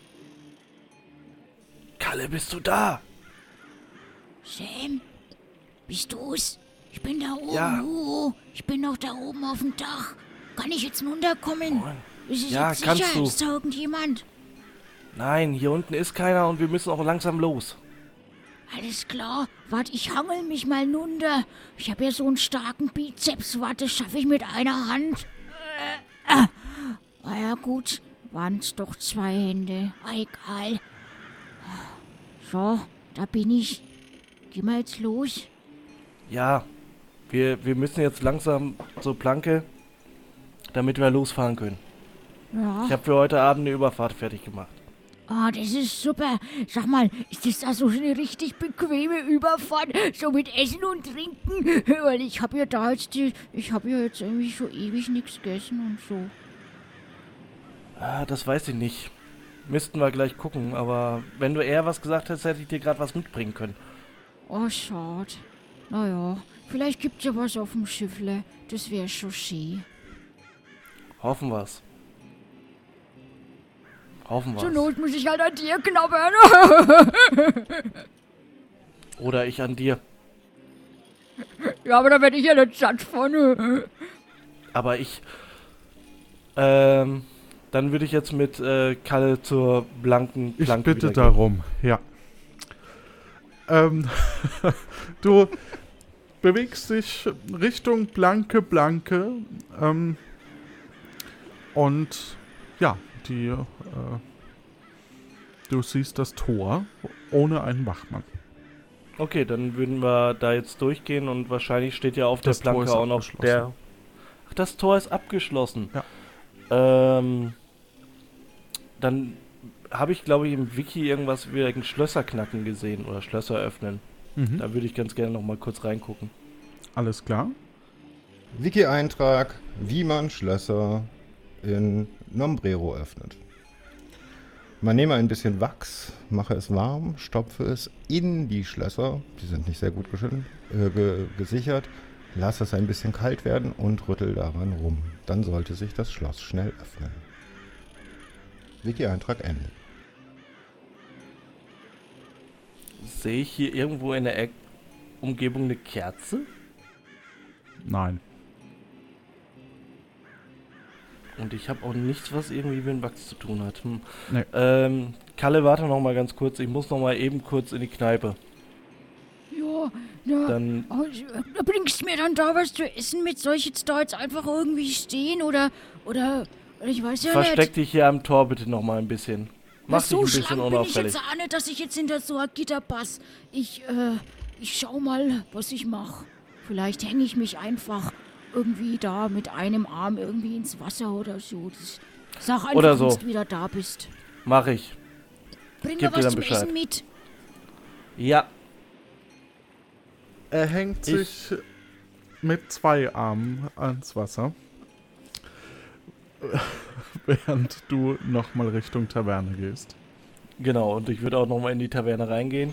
Kalle, bist du da? Sam, bist du's? Ich bin da oben. Ja. Oh, ich bin noch da oben auf dem Dach. Kann ich jetzt runterkommen? Ist es Ja, jetzt kannst sicher? du. Ist da irgendjemand? Nein, hier unten ist keiner und wir müssen auch langsam los. Alles klar. Warte, ich hangel mich mal runter. Ich habe ja so einen starken Bizeps. Warte, das schaffe ich mit einer Hand. Äh, äh. Ah ja, gut. Waren's doch zwei Hände. Ah, egal. So, da bin ich. Geh mal jetzt los. Ja, wir, wir müssen jetzt langsam zur Planke, damit wir losfahren können. Ja. Ich habe für heute Abend eine Überfahrt fertig gemacht. Oh, das ist super. Sag mal, ist das da so eine richtig bequeme Überfahrt? So mit Essen und Trinken? Weil ich habe ja da jetzt, die, ich habe ja jetzt irgendwie so ewig nichts gegessen und so. Ah, das weiß ich nicht. Müssten wir gleich gucken, aber wenn du eher was gesagt hättest, hätte ich dir gerade was mitbringen können. Oh, schade. Naja, vielleicht gibt's ja was auf dem Schiffle. Das wäre schon schön. Hoffen wir's. Hoffen wir's. Zur Not muss ich halt an dir knabbern. Oder ich an dir. Ja, aber da werde ich ja nicht satt von. Aber ich... Ähm... Dann würde ich jetzt mit äh, Kalle zur blanken Planke Ich bitte wieder darum, ja. Ähm, du bewegst dich Richtung Blanke Blanke ähm, und ja, die, äh, du siehst das Tor ohne einen Wachmann. Okay, dann würden wir da jetzt durchgehen und wahrscheinlich steht ja auf Das der Tor Planke ist auch noch abgeschlossen. der... Ach, das Tor ist abgeschlossen. Ja. Ähm... Dann habe ich, glaube ich, im Wiki irgendwas wegen Schlösser knacken gesehen oder Schlösser öffnen. Mhm. Da würde ich ganz gerne noch mal kurz reingucken. Alles klar. Wiki-Eintrag, wie man Schlösser in Nombrero öffnet. Man nehme ein bisschen Wachs, mache es warm, stopfe es in die Schlösser, die sind nicht sehr gut geschüttelt, äh, ge gesichert, lasse es ein bisschen kalt werden und rüttel daran rum. Dann sollte sich das Schloss schnell öffnen. Wiki-Eintrag Ende. Sehe ich hier irgendwo in der Eck Umgebung eine Kerze? Nein. Und ich habe auch nichts, was irgendwie mit dem Wachs zu tun hat. Hm. Nee. Ähm, Kalle, warte noch mal ganz kurz. Ich muss noch mal eben kurz in die Kneipe. Ja, ja. Dann Oh, äh, bringst du mir dann da was zu essen mit? Soll ich jetzt da jetzt einfach irgendwie stehen oder, oder, oder ich weiß ja versteck nicht. dich hier am Tor bitte noch mal ein bisschen. Mach so dich ein bisschen schlank bin ich unauffällig. jetzt auch nicht, dass ich jetzt hinter so ein Gitter passe. Ich, äh, ich schau mal, was ich mache. Vielleicht hänge ich mich einfach irgendwie da mit einem Arm irgendwie ins Wasser oder so. Das, sag einfach, Oder so. wenn du wieder da bist. Mach ich. Bring Gib mir dir was dann zum Bescheid. Essen mit. Ja. Er hängt Ich- sich mit zwei Armen ans Wasser, während du nochmal Richtung Taverne gehst. Genau, und ich würde auch noch mal in die Taverne reingehen.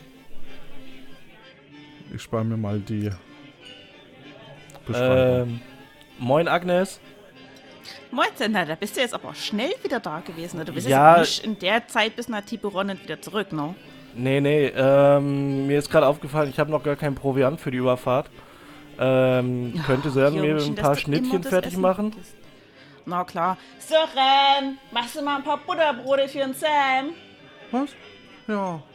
Ich spare mir mal die Beschreibung. Ähm, moin Agnes. Moin, na, da bist du jetzt aber schnell wieder da gewesen. Ne? Du bist Ja. jetzt nicht in der Zeit bis nach Tiburon und wieder zurück, ne? Nee, nee, ähm, mir ist gerade aufgefallen, ich habe noch gar keinen Proviant für die Überfahrt. Ähm, könnte Sören mir Jungchen, ein dass paar du Schnittchen immer das fertig Essen machen? kriegst. Na klar. Sören, machst du mal ein paar Butterbrote für den Sam? Was? Ja.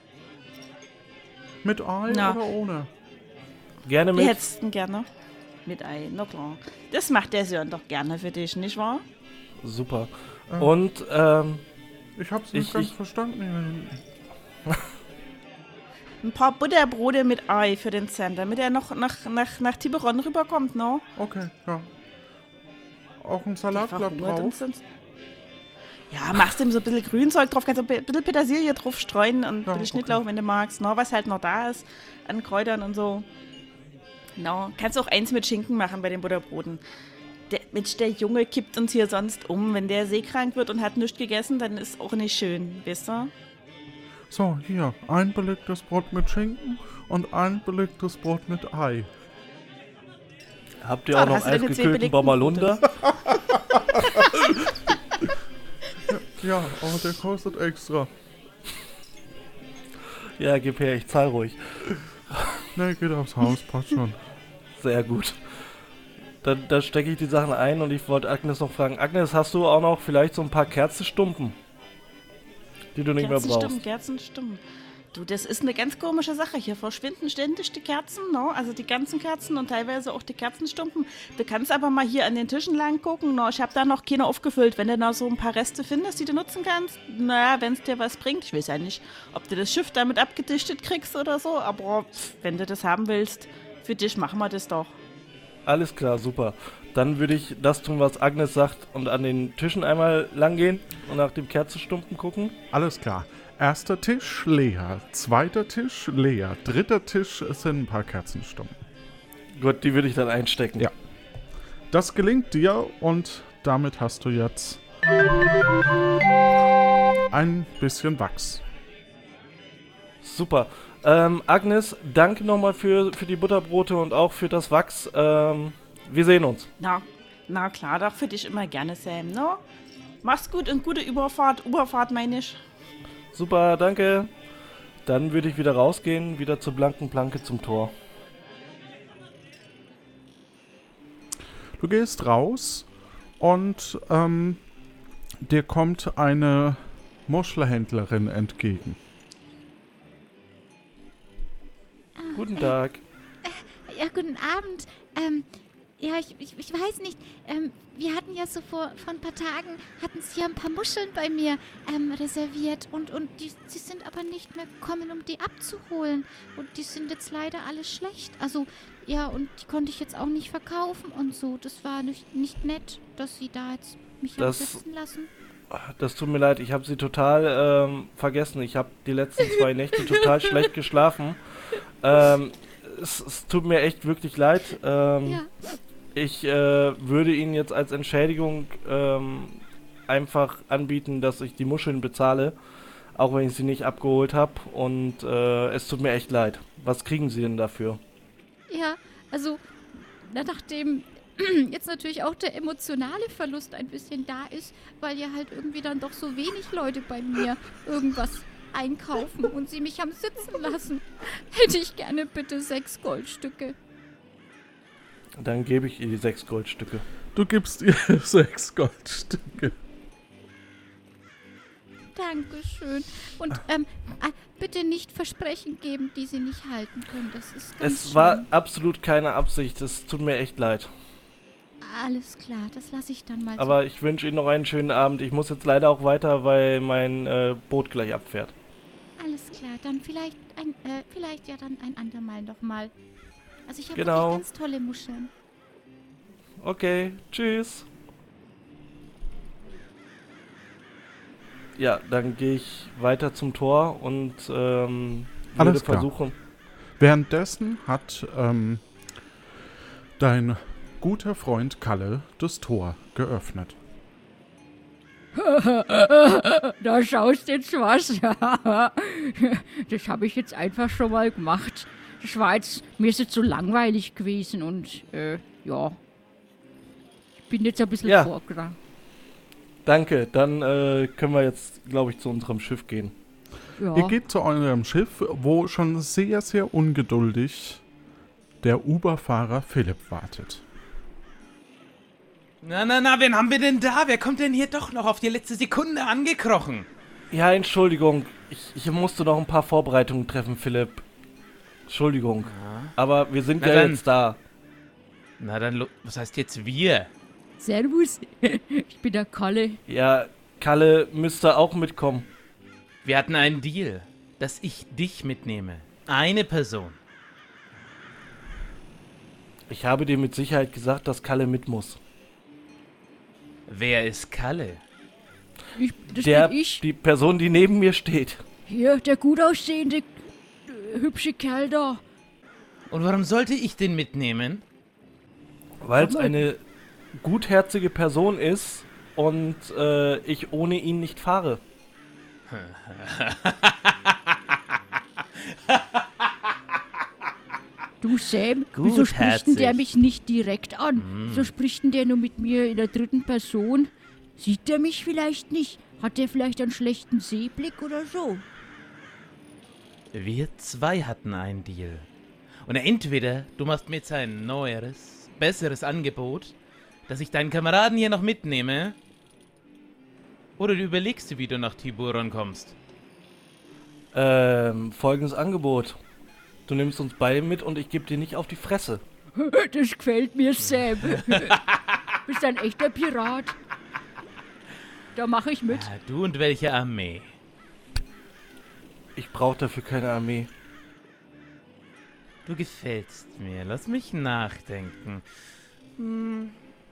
Mit Ei Na. oder ohne? Gerne Wie mit. hättest du denn gerne? Mit Ei, na klar. Das macht der Sören doch gerne für dich, nicht wahr? Super. Ähm, Und, ähm, Ich hab's nicht ich- ganz ich- verstanden. Ein paar Butterbrote mit Ei für den Sam, damit er noch nach, nach, nach Tiburon rüberkommt, ne? Okay, ja. Auch ein Salatblatt Verhungert und drauf. sonst- Ja, machst ihm so ein bisschen Grünzeug drauf, kannst du ein bisschen Petersilie drauf streuen und ein Ja, bisschen Schnittlauch, wenn du magst, ne? Was halt noch da ist an Kräutern und so. No. Kannst auch eins mit Schinken machen bei den Butterbroten. Der, Mensch, der Junge kippt uns hier sonst um. Wenn der seekrank wird und hat nichts gegessen, dann ist auch nicht schön, wisst ihr? So, hier. Ein belegtes Brot mit Schinken und ein belegtes Brot mit Ei. habt ihr Ah, auch da noch hast du deine zehn eisgekühlten belegten Bommerlunder? Ja, aber der kostet extra. Ja, gib her, ich zahl ruhig. Ne, geht aufs Haus, passt schon. Sehr gut. Dann, dann stecke ich die Sachen ein und ich wollte Agnes noch fragen. Agnes, hast du auch noch vielleicht so ein paar Kerzenstumpen, die du nicht mehr Kerzenstimmen, brauchst? Kerzenstimmen. Du, das ist eine ganz komische Sache. Hier verschwinden ständig die Kerzen, no? Also die ganzen Kerzen und teilweise auch die Kerzenstumpen. Du kannst aber mal hier an den Tischen lang gucken. No? Ich habe da noch keine aufgefüllt. Wenn du da so ein paar Reste findest, die du nutzen kannst, naja, wenn es dir was bringt. Ich weiß ja nicht, ob du das Schiff damit abgedichtet kriegst oder so, aber pff, wenn du das haben willst, für dich machen wir das doch. Alles klar, super. Dann würde ich das tun, was Agnes sagt und an den Tischen einmal langgehen und nach dem Kerzenstumpen gucken. Alles klar. Erster Tisch, leer. Zweiter Tisch, leer. Dritter Tisch, es sind ein paar Kerzenstumpen. Gut, die würde ich dann einstecken. Ja. Das gelingt dir und damit hast du jetzt ein bisschen Wachs. Super. Ähm, Agnes, danke nochmal für, für die Butterbrote und auch für das Wachs. Ähm, wir sehen uns. Na, na klar, doch für dich immer gerne, Sam, ne? Mach's gut und gute Überfahrt. Überfahrt meine ich. Super, danke. Dann würde ich wieder rausgehen, wieder zur blanken Planke zum Tor. Du gehst raus und ähm, dir kommt eine Muschelhändlerin entgegen. Guten Tag. Ja, guten Abend. Ähm, ja, ich, ich, ich weiß nicht. Ähm, wir hatten ja so vor, vor ein paar Tagen, hatten Sie ja ein paar Muscheln bei mir ähm, reserviert. Und, und die, sie sind aber nicht mehr gekommen, um die abzuholen. Und die sind jetzt leider alle schlecht. Also, ja, und die konnte ich jetzt auch nicht verkaufen und so. Das war nicht, nicht nett, dass Sie da jetzt mich haben sitzen lassen. Das tut mir leid, ich habe sie total ähm, vergessen. Ich habe die letzten zwei Nächte total schlecht geschlafen. Ähm, es, es tut mir echt wirklich leid. Ähm, Ja. Ich äh, würde Ihnen jetzt als Entschädigung ähm, einfach anbieten, dass ich die Muscheln bezahle, auch wenn ich sie nicht abgeholt habe. Und äh, es tut mir echt leid. Was kriegen Sie denn dafür? Ja, also, na, nachdem jetzt natürlich auch der emotionale Verlust ein bisschen da ist, weil ja halt irgendwie dann doch so wenig Leute bei mir irgendwas einkaufen und sie mich haben sitzen lassen, hätte ich gerne bitte sechs Goldstücke. Dann gebe ich ihr die sechs Goldstücke. Du gibst ihr sechs Goldstücke. Dankeschön. Und ähm, äh, bitte nicht Versprechen geben, die sie nicht halten können. Das ist ganz Es war schlimm. absolut keine Absicht. Es tut mir echt leid. Alles klar, das lasse ich dann mal so. Aber ich wünsche Ihnen noch einen schönen Abend. Ich muss jetzt leider auch weiter, weil mein äh, Boot gleich abfährt. Alles klar, dann vielleicht ein, äh, vielleicht ja dann ein andermal nochmal. Also ich habe Genau. wirklich ganz tolle Muscheln. Okay, tschüss. Ja, dann gehe ich weiter zum Tor und ähm, würde Alles klar. versuchen. Währenddessen hat ähm, dein guter Freund Kalle das Tor geöffnet. Da schaust jetzt was. Das habe ich jetzt einfach schon mal gemacht. Das war jetzt, mir ist jetzt so langweilig gewesen und äh, ja, ich bin jetzt ein bisschen Ja. vorgegangen. Danke, dann äh, können wir jetzt, glaube ich, zu unserem Schiff gehen. Ja. Ihr geht zu eurem Schiff, wo schon sehr, sehr ungeduldig der Uberfahrer Philipp wartet. Na, na, na, wen haben wir denn da? Wer kommt denn hier doch noch auf die letzte Sekunde angekrochen? Ja, Entschuldigung. Ich, ich musste noch ein paar Vorbereitungen treffen, Philipp. Entschuldigung. Aber wir sind Na ja dann. jetzt da. Na dann, lo- was heißt jetzt wir? Servus, ich bin der Kalle. Ja, Kalle müsste auch mitkommen. Wir hatten einen Deal, dass ich dich mitnehme. Eine Person. Ich habe dir mit Sicherheit gesagt, dass Kalle mit muss. Wer ist Kalle? Ich, das Der, bin ich. die Person, die neben mir steht. Hier, der gut aussehende, äh, hübsche Kerl da. Und warum sollte ich den mitnehmen? Weil es Sag mal. eine gutherzige Person ist und äh, ich ohne ihn nicht fahre. Du Sam, wieso spricht denn der Gutherzig. mich nicht direkt an? Wieso spricht denn der nur mit mir in der dritten Person? Sieht der mich vielleicht nicht? Hat der vielleicht einen schlechten Sehblick oder so? Wir zwei hatten einen Deal. Und entweder du machst mir jetzt ein neueres, besseres Angebot, dass ich deinen Kameraden hier noch mitnehme, oder du überlegst dir, wie du nach Tiburon kommst. Ähm, folgendes Angebot. Du nimmst uns beide mit und ich gebe dir nicht auf die Fresse. Das gefällt mir, Sam. Bist ein echter Pirat. Da mache ich mit. Ah, du und welche Armee? Ich brauche dafür keine Armee. Du gefällst mir. Lass mich nachdenken. Hm,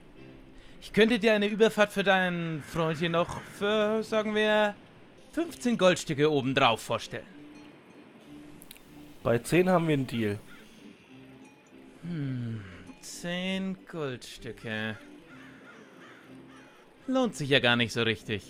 Ich könnte dir eine Überfahrt für deinen Freund hier noch für, sagen wir, fünfzehn Goldstücke obendrauf vorstellen. Bei zehn haben wir einen Deal. Hm, zehn Goldstücke. Lohnt sich ja gar nicht so richtig.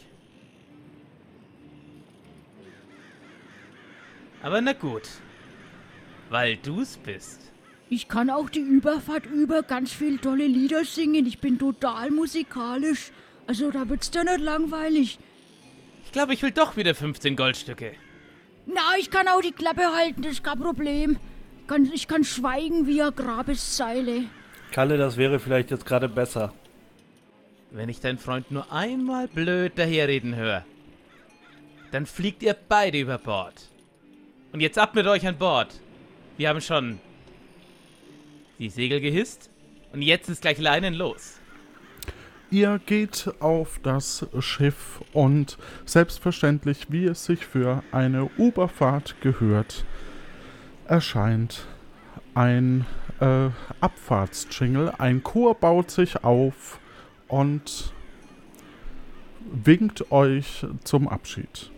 Aber na gut. Weil du's bist. Ich kann auch die Überfahrt über ganz viel tolle Lieder singen. Ich bin total musikalisch. Also da wird's dir nicht langweilig. Ich glaube, ich will doch wieder fünfzehn Goldstücke. Na, ich kann auch die Klappe halten, das ist kein Problem. Ich kann, ich kann schweigen wie eine Grabesseile. Kalle, das wäre vielleicht jetzt gerade besser. Wenn ich deinen Freund nur einmal blöd daherreden höre, dann fliegt ihr beide über Bord. Und jetzt ab mit euch an Bord. Wir haben schon die Segel gehisst und jetzt ist gleich Leinen los. Ihr geht auf das Schiff und selbstverständlich, wie es sich für eine Überfahrt gehört, erscheint ein äh, Abfahrtsjingle. Ein Chor baut sich auf und winkt euch zum Abschied.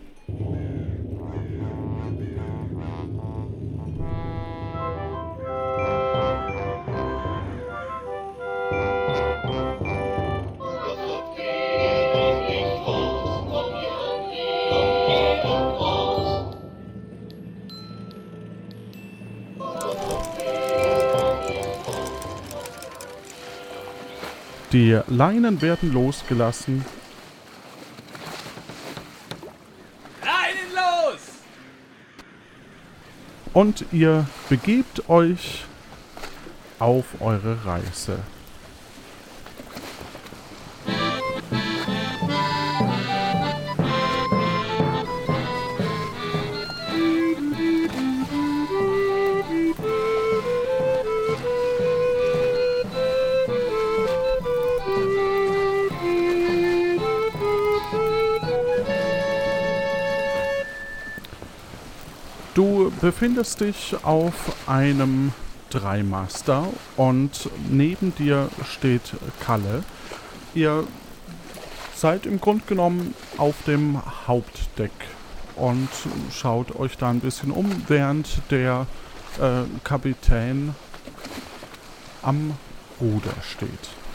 Die Leinen werden losgelassen. Leinen los! Und ihr begebt euch auf eure Reise. Du befindest dich auf einem Dreimaster und neben dir steht Kalle. Ihr seid im Grunde genommen auf dem Hauptdeck und schaut euch da ein bisschen um, während der äh, Kapitän am Ruder steht.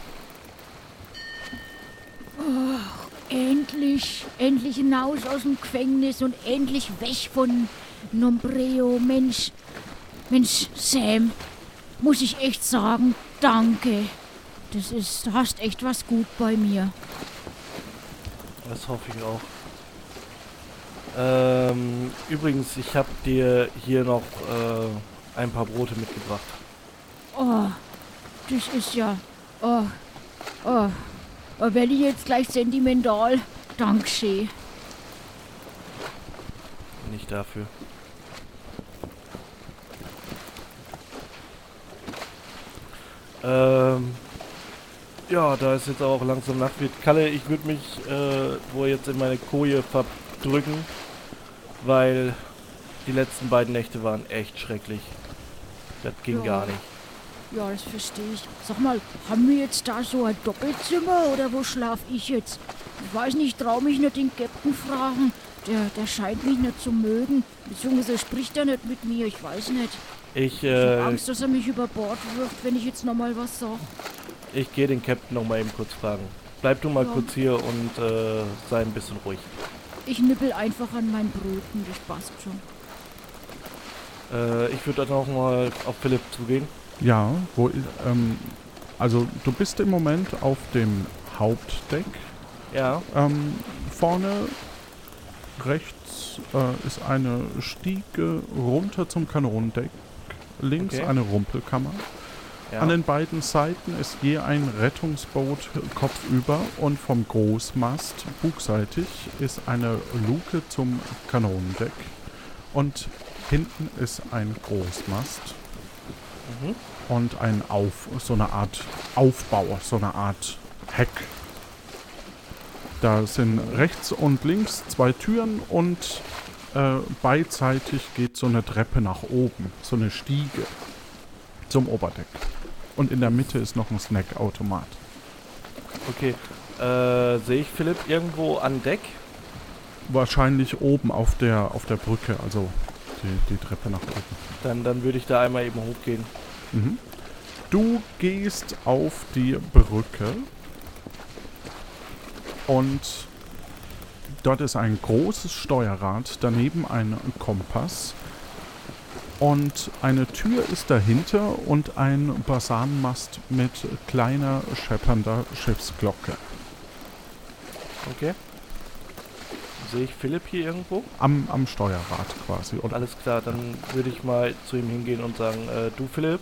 Oh, endlich, endlich hinaus aus dem Gefängnis und endlich weg von Nombreo. Mensch, Mensch, Sam, muss ich echt sagen, danke. Das ist, du hast echt was gut bei mir. Das hoffe ich auch. Ähm, übrigens, ich habe dir hier noch äh, ein paar Brote mitgebracht. Oh, das ist ja, oh, oh, da werde ich jetzt gleich sentimental. Dankeschön. Nicht dafür. Ähm, ja, da es jetzt auch langsam Nacht wird. Kalle, ich würde mich äh, wohl jetzt in meine Koje verdrücken, weil die letzten beiden Nächte waren echt schrecklich. Das ging Ja. gar nicht. Ja, das verstehe ich. Sag mal, haben wir jetzt da so ein Doppelzimmer oder wo schlaf ich jetzt? Ich weiß nicht, ich traue mich nicht den Captain fragen. Der, der scheint mich nicht zu mögen. Beziehungsweise spricht er nicht mit mir, ich weiß nicht. Ich, Ich äh, hab Angst, dass er mich über Bord wirft, wenn ich jetzt nochmal was sag. ich gehe den Captain noch mal eben kurz fragen. Bleib du mal Ja. kurz hier und äh, sei ein bisschen ruhig. Ich nippel einfach an meinen Bröten, das passt schon. Äh, ich würde dann auch mal auf Philipp zugehen. Ja, wo, ähm, also du bist im Moment auf dem Hauptdeck. Ja. Ähm, vorne rechts äh, ist eine Stiege runter zum Kanonendeck. Links Okay. eine Rumpelkammer. Ja. An den beiden Seiten ist je ein Rettungsboot kopfüber und vom Großmast bugseitig ist eine Luke zum Kanonendeck. Und hinten ist ein Großmast. Mhm. Und ein Auf, so eine Art Aufbau, so eine Art Heck. Da sind rechts und links zwei Türen und äh, beidseitig geht so eine Treppe nach oben, so eine Stiege zum Oberdeck. Und in der Mitte ist noch ein Snackautomat. Okay. Äh, sehe ich Philipp irgendwo an Deck? Wahrscheinlich oben auf der, auf der Brücke, also die, die Treppe nach oben. Dann, dann würde ich da einmal eben hochgehen. Mhm. Du gehst auf die Brücke und dort ist ein großes Steuerrad, daneben ein Kompass und eine Tür ist dahinter und ein Basanmast mit kleiner scheppernder Schiffsglocke. Okay. Sehe ich Philipp hier irgendwo? Am, am Steuerrad quasi, oder? Alles klar, dann würde ich mal zu ihm hingehen und sagen, äh, du Philipp?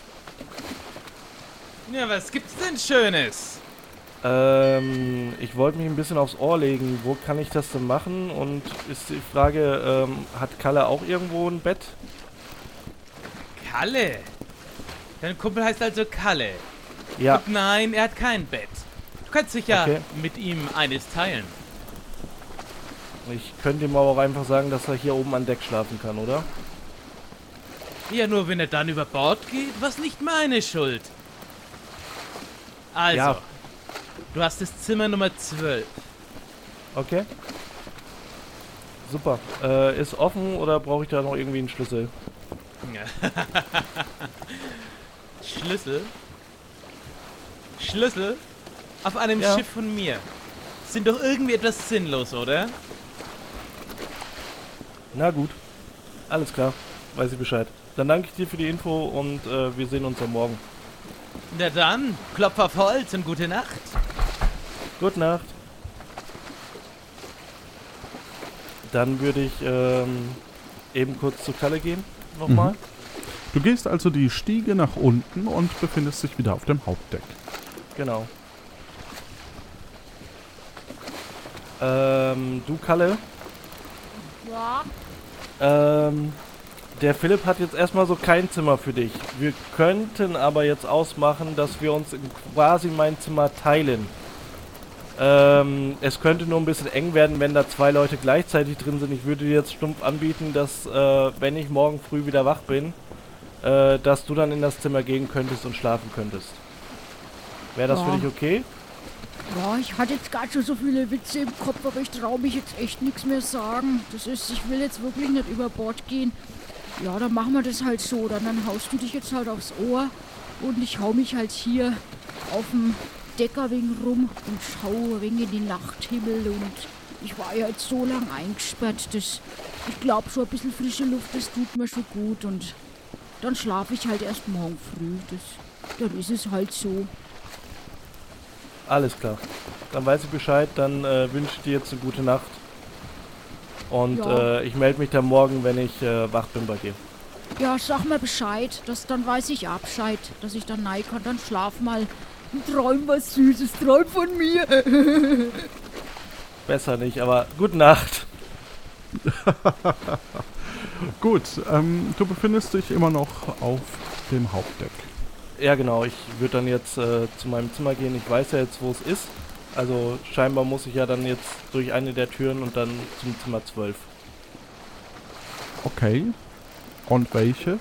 Ja, was gibt's denn Schönes? Ähm, ich wollte mich ein bisschen aufs Ohr legen. Wo kann ich das denn machen? Und ist die Frage, ähm, hat Kalle auch irgendwo ein Bett? Kalle? Dein Kumpel heißt also Kalle? Ja. Und nein, er hat kein Bett. Du kannst sicher Okay. mit ihm eines teilen. Ich könnte ihm aber auch einfach sagen, dass er hier oben an Deck schlafen kann, oder? Ja, nur wenn er dann über Bord geht, was nicht meine Schuld. Also, Ja. du hast das Zimmer Nummer zwölf. Okay. Super. Äh, ist offen oder brauche ich da noch irgendwie einen Schlüssel? Schlüssel? Schlüssel? Auf einem Ja. Schiff von mir. Sind doch irgendwie etwas sinnlos, oder? Na gut. Alles klar. Weiß ich Bescheid. Dann danke ich dir für die Info und äh, wir sehen uns am Morgen. Na dann, Klopf auf Holz und gute Nacht. Gute Nacht. Dann würde ich ähm, eben kurz zu Kalle gehen. Nochmal. Mhm. Du gehst also die Stiege nach unten und befindest dich wieder auf dem Hauptdeck. Genau. Ähm, du Kalle? Ja. Ähm, der Philipp hat jetzt erstmal so kein Zimmer für dich. Wir könnten aber jetzt ausmachen, dass wir uns in quasi mein Zimmer teilen. Ähm, es könnte nur ein bisschen eng werden, wenn da zwei Leute gleichzeitig drin sind. Ich würde dir jetzt stumpf anbieten, dass, äh, wenn ich morgen früh wieder wach bin, äh, dass du dann in das Zimmer gehen könntest und schlafen könntest. Wäre das Ja. für dich okay? Ja, ich hatte jetzt gerade schon so viele Witze im Kopf, aber ich traue mich jetzt echt nichts mehr sagen. Das ist, ich will jetzt wirklich nicht über Bord gehen. Ja, dann machen wir das halt so. Dann, dann haust du dich jetzt halt aufs Ohr und ich hau mich halt hier auf dem Decker wegen rum und schaue wegen in den Nachthimmel. Und ich war ja jetzt so lang eingesperrt, das, ich glaube schon ein bisschen frische Luft, das tut mir schon gut. Und dann schlafe ich halt erst morgen früh. Das, dann ist es halt so. Alles klar. Dann weiß ich Bescheid. Dann äh, wünsche ich dir jetzt eine gute Nacht. Und Ja. äh, ich melde mich dann morgen, wenn ich äh, wach bin bei dir. Ja, sag mal Bescheid, das, dann weiß ich auch Bescheid, dass ich dann rein kann, dann schlaf mal und träum was Süßes, träum von mir. Besser nicht, aber gute Nacht. Gut, ähm, du befindest dich immer noch auf dem Hauptdeck. Ja genau, ich würde dann jetzt äh, zu meinem Zimmer gehen. Ich weiß ja jetzt, wo es ist. Also scheinbar muss ich ja dann jetzt durch eine der Türen und dann zum Zimmer zwölf. Okay. Und welche?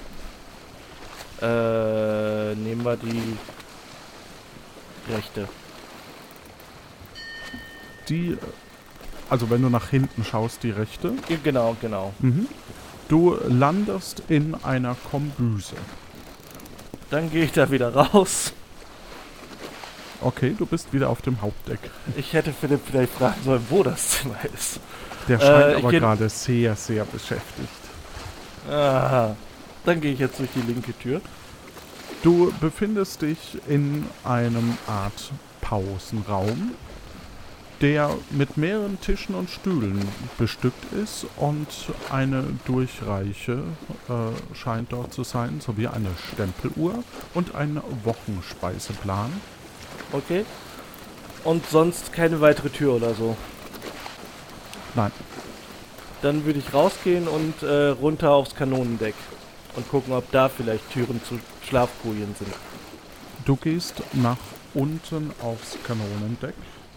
Äh, nehmen wir die rechte. Die, also wenn du nach hinten schaust, die rechte? Ja, genau, genau. Mhm. Du landest in einer Kombüse. Dann gehe ich da wieder raus. Okay, du bist wieder auf dem Hauptdeck. Ich hätte Philipp vielleicht fragen sollen, wo das Zimmer ist. Der scheint Äh, ich aber geh- gerade sehr, sehr beschäftigt. Ah, dann gehe ich jetzt durch die linke Tür. Du befindest dich in einem Art Pausenraum, der mit mehreren Tischen und Stühlen bestückt ist und eine Durchreiche äh, scheint dort zu sein, sowie eine Stempeluhr und ein Wochenspeiseplan. Okay. Und sonst keine weitere Tür oder so. Nein. Dann würde ich rausgehen und äh, runter aufs Kanonendeck und gucken, ob da vielleicht Türen zu Schlafkojen sind. Du gehst nach unten aufs Kanonendeck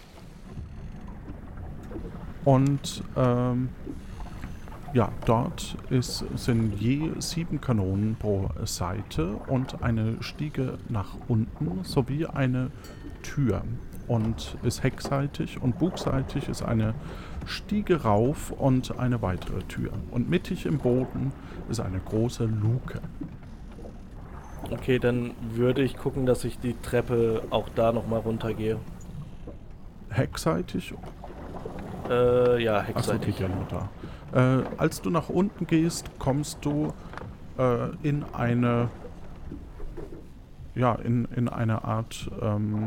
und ähm, ja, dort ist, sind je sieben Kanonen pro Seite und eine Stiege nach unten sowie eine Tür. und ist heckseitig und bugseitig ist eine Stiege rauf und eine weitere Tür. Und mittig im Boden ist eine große Luke. Okay, dann würde ich gucken, dass ich die Treppe auch da nochmal runtergehe. Heckseitig? Äh, ja, Achso, heckseitig. geht ja nur da. Äh, als du nach unten gehst, kommst du äh, in eine ja, in, in eine Art ähm,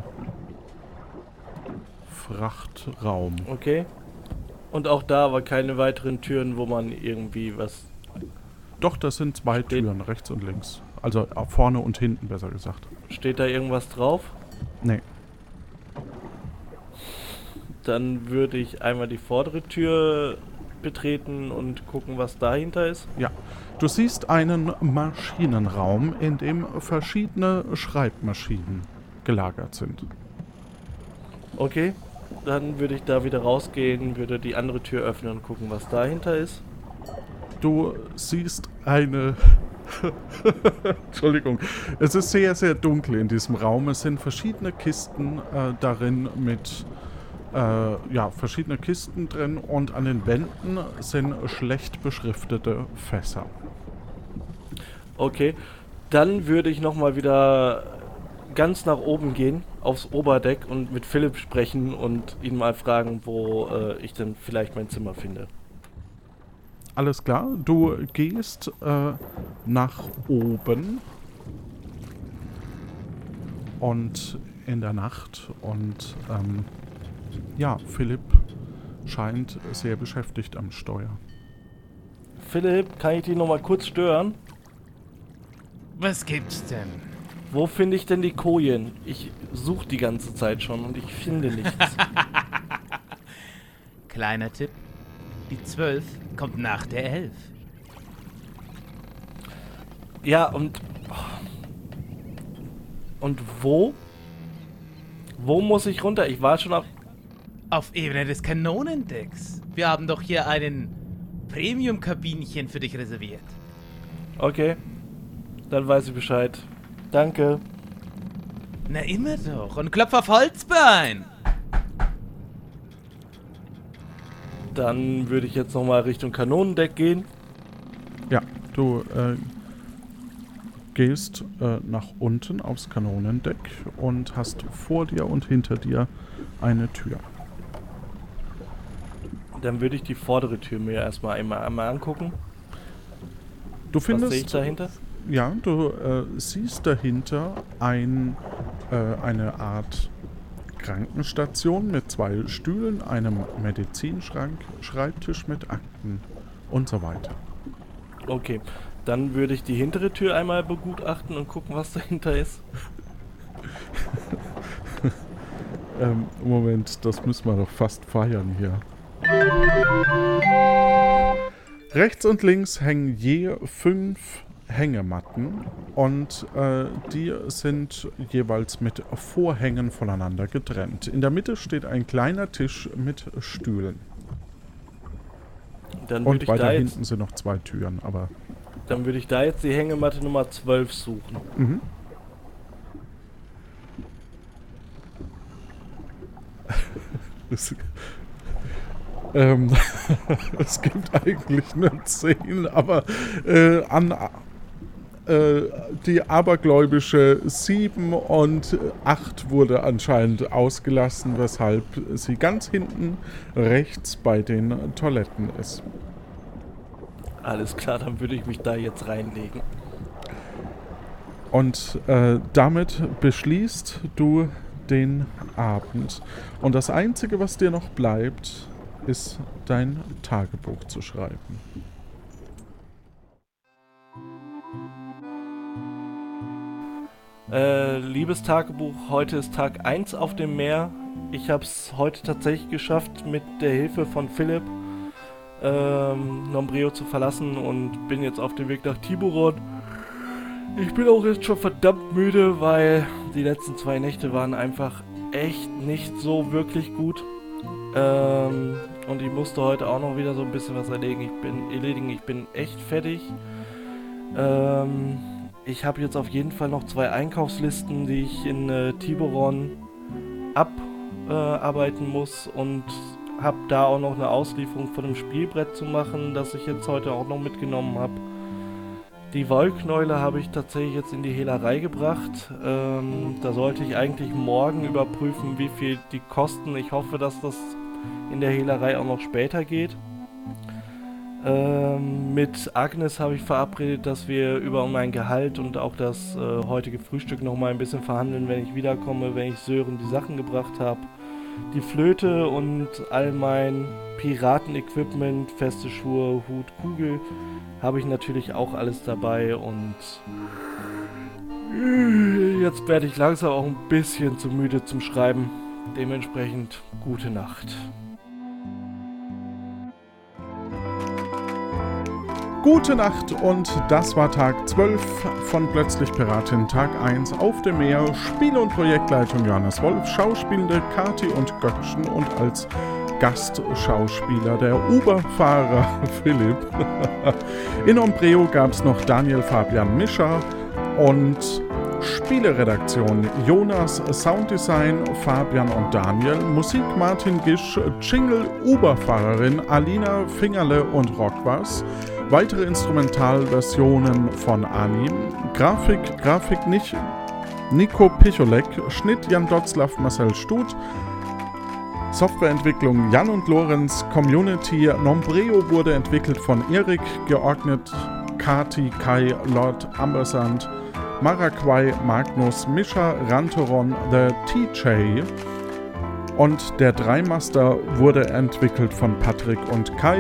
Frachtraum. Okay. Und auch da aber keine weiteren Türen, wo man irgendwie was... Doch, das sind zwei Steht- Türen, rechts und links. Also äh, vorne und hinten, besser gesagt. Steht da irgendwas drauf? Nee. Dann würde ich einmal die vordere Tür betreten und gucken, was dahinter ist. Ja. Du siehst einen Maschinenraum, in dem verschiedene Schreibmaschinen gelagert sind. Okay. Dann würde ich da wieder rausgehen, würde die andere Tür öffnen und gucken, was dahinter ist. Du siehst eine... Entschuldigung. Es ist sehr, sehr dunkel in diesem Raum. Es sind verschiedene Kisten äh, darin mit... Äh, ja, verschiedene Kisten drin und an den Wänden sind schlecht beschriftete Fässer. Okay. Dann würde ich nochmal wieder ganz nach oben gehen, aufs Oberdeck und mit Philipp sprechen und ihn mal fragen, wo äh, ich denn vielleicht mein Zimmer finde. Alles klar, du gehst äh, nach oben und in der Nacht und ähm, ja, Philipp scheint sehr beschäftigt am Steuer. Philipp, kann ich dich nochmal kurz stören? Was gibt's denn? Wo finde ich denn die Kojen? Ich suche die ganze Zeit schon und ich finde nichts. Kleiner Tipp. Die zwölf kommt nach der elf. Ja, und... Und wo? Wo muss ich runter? Ich war schon auf... Auf Ebene des Kanonendecks. Wir haben doch hier einen Premium-Kabinchen für dich reserviert. Okay. Dann weiß ich Bescheid. Danke. Na immer doch. Und Klopf auf Holzbein. Dann würde ich jetzt nochmal Richtung Kanonendeck gehen. Ja, du äh, gehst äh, nach unten aufs Kanonendeck und hast vor dir und hinter dir eine Tür. Dann würde ich die vordere Tür mir erstmal einmal, einmal angucken. Du findest, Was sehe ich dahinter? Ja, du äh, siehst dahinter ein, äh, eine Art Krankenstation mit zwei Stühlen, einem Medizinschrank, Schreibtisch mit Akten und so weiter. Okay, dann würde ich die hintere Tür einmal begutachten und gucken, was dahinter ist. ähm, Moment, das müssen wir doch fast feiern hier. Rechts und links hängen je fünf Hängematten und äh, die sind jeweils mit Vorhängen voneinander getrennt. In der Mitte steht ein kleiner Tisch mit Stühlen. Dann würde Und ich weiter da hinten jetzt, sind noch zwei Türen, aber... dann würde ich da jetzt die Hängematte Nummer zwölf suchen. Mhm. es, ähm, es gibt eigentlich nur zehn, aber äh, an äh, die abergläubische sieben und acht wurde anscheinend ausgelassen, weshalb sie ganz hinten rechts bei den Toiletten ist. Alles klar, dann würde ich mich da jetzt reinlegen. Und äh, damit beschließt du den Abend. Und das Einzige, was dir noch bleibt, ist dein Tagebuch zu schreiben. Äh, liebes Tagebuch, heute ist Tag eins auf dem Meer. Ich habe es heute tatsächlich geschafft, mit der Hilfe von Philipp ähm, Nombreo zu verlassen und bin jetzt auf dem Weg nach Tiburon. Ich bin auch jetzt schon verdammt müde, weil die letzten zwei Nächte waren einfach echt nicht so wirklich gut. Ähm, und ich musste heute auch noch wieder so ein bisschen was erledigen. Ich bin, erledigen. Ich bin echt fertig. Ähm, ich habe jetzt auf jeden Fall noch zwei Einkaufslisten, die ich in äh, Tiburon äh, arbeiten muss und habe da auch noch eine Auslieferung von dem Spielbrett zu machen, das ich jetzt heute auch noch mitgenommen habe. Die Wollknäule habe ich tatsächlich jetzt in die Hehlerei gebracht. Ähm, da sollte ich eigentlich morgen überprüfen, wie viel die kosten. Ich hoffe, dass das in der Hehlerei auch noch später geht. Ähm, mit Agnes habe ich verabredet, dass wir über mein Gehalt und auch das äh, heutige Frühstück noch mal ein bisschen verhandeln, wenn ich wiederkomme, wenn ich Sören die Sachen gebracht habe. Die Flöte und all mein Piratenequipment, feste Schuhe, Hut, Kugel, habe ich natürlich auch alles dabei und jetzt werde ich langsam auch ein bisschen zu müde zum Schreiben. Dementsprechend gute Nacht. Gute Nacht und das war Tag zwölf von Plötzlich Piratin, Tag eins auf dem Meer, Spiel- und Projektleitung Johannes Wolf, Schauspielende Kati und Göckchen und als Gastschauspieler der Uberfahrer Philipp. In Ombreo gab es noch Daniel Fabian Mischer und Spieleredaktion Jonas, Sounddesign Fabian und Daniel, Musik Martin Gisch, Jingle Uberfahrerin Alina Fingerle und Rockwas, weitere Instrumentalversionen von Anim, Grafik, Grafik nicht Nico Picholek, Schnitt Jan Dotzlaff, Marcel Stut, Softwareentwicklung Jan und Lorenz, Community Nombreo wurde entwickelt von Erik, geordnet Kati, Kai, Lord Ambersand, Maraquai, Magnus, Mischa, Rantoron, The T J und der Dreimaster wurde entwickelt von Patrick und Kai.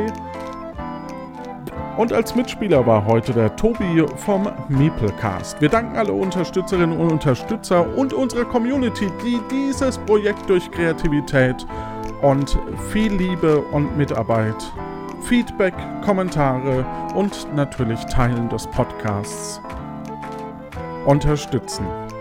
Und als Mitspieler war heute der Tobi vom Meeplecast. Wir danken alle Unterstützerinnen und Unterstützer und unserer Community, die dieses Projekt durch Kreativität und viel Liebe und Mitarbeit, Feedback, Kommentare und natürlich Teilen des Podcasts unterstützen.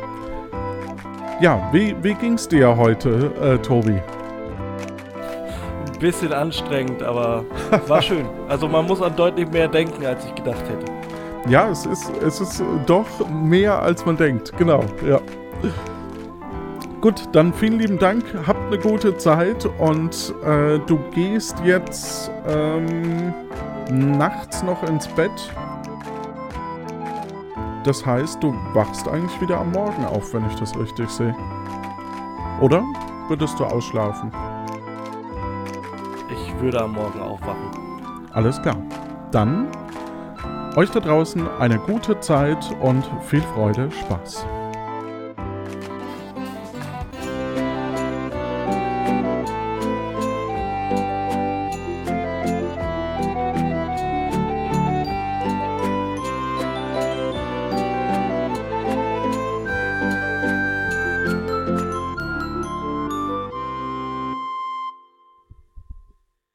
Ja, wie, wie ging's dir heute, äh, Tobi? Ein bisschen anstrengend, aber war schön. Also man muss an deutlich mehr denken, als ich gedacht hätte. Ja, es ist, es ist doch mehr, als man denkt. Genau, ja. Gut, dann vielen lieben Dank. Habt eine gute Zeit und äh, du gehst jetzt ähm, nachts noch ins Bett. Das heißt, du wachst eigentlich wieder am Morgen auf, wenn ich das richtig sehe. Oder würdest du ausschlafen? Ich würde am Morgen aufwachen. Alles klar. Dann euch da draußen eine gute Zeit und viel Freude, Spaß.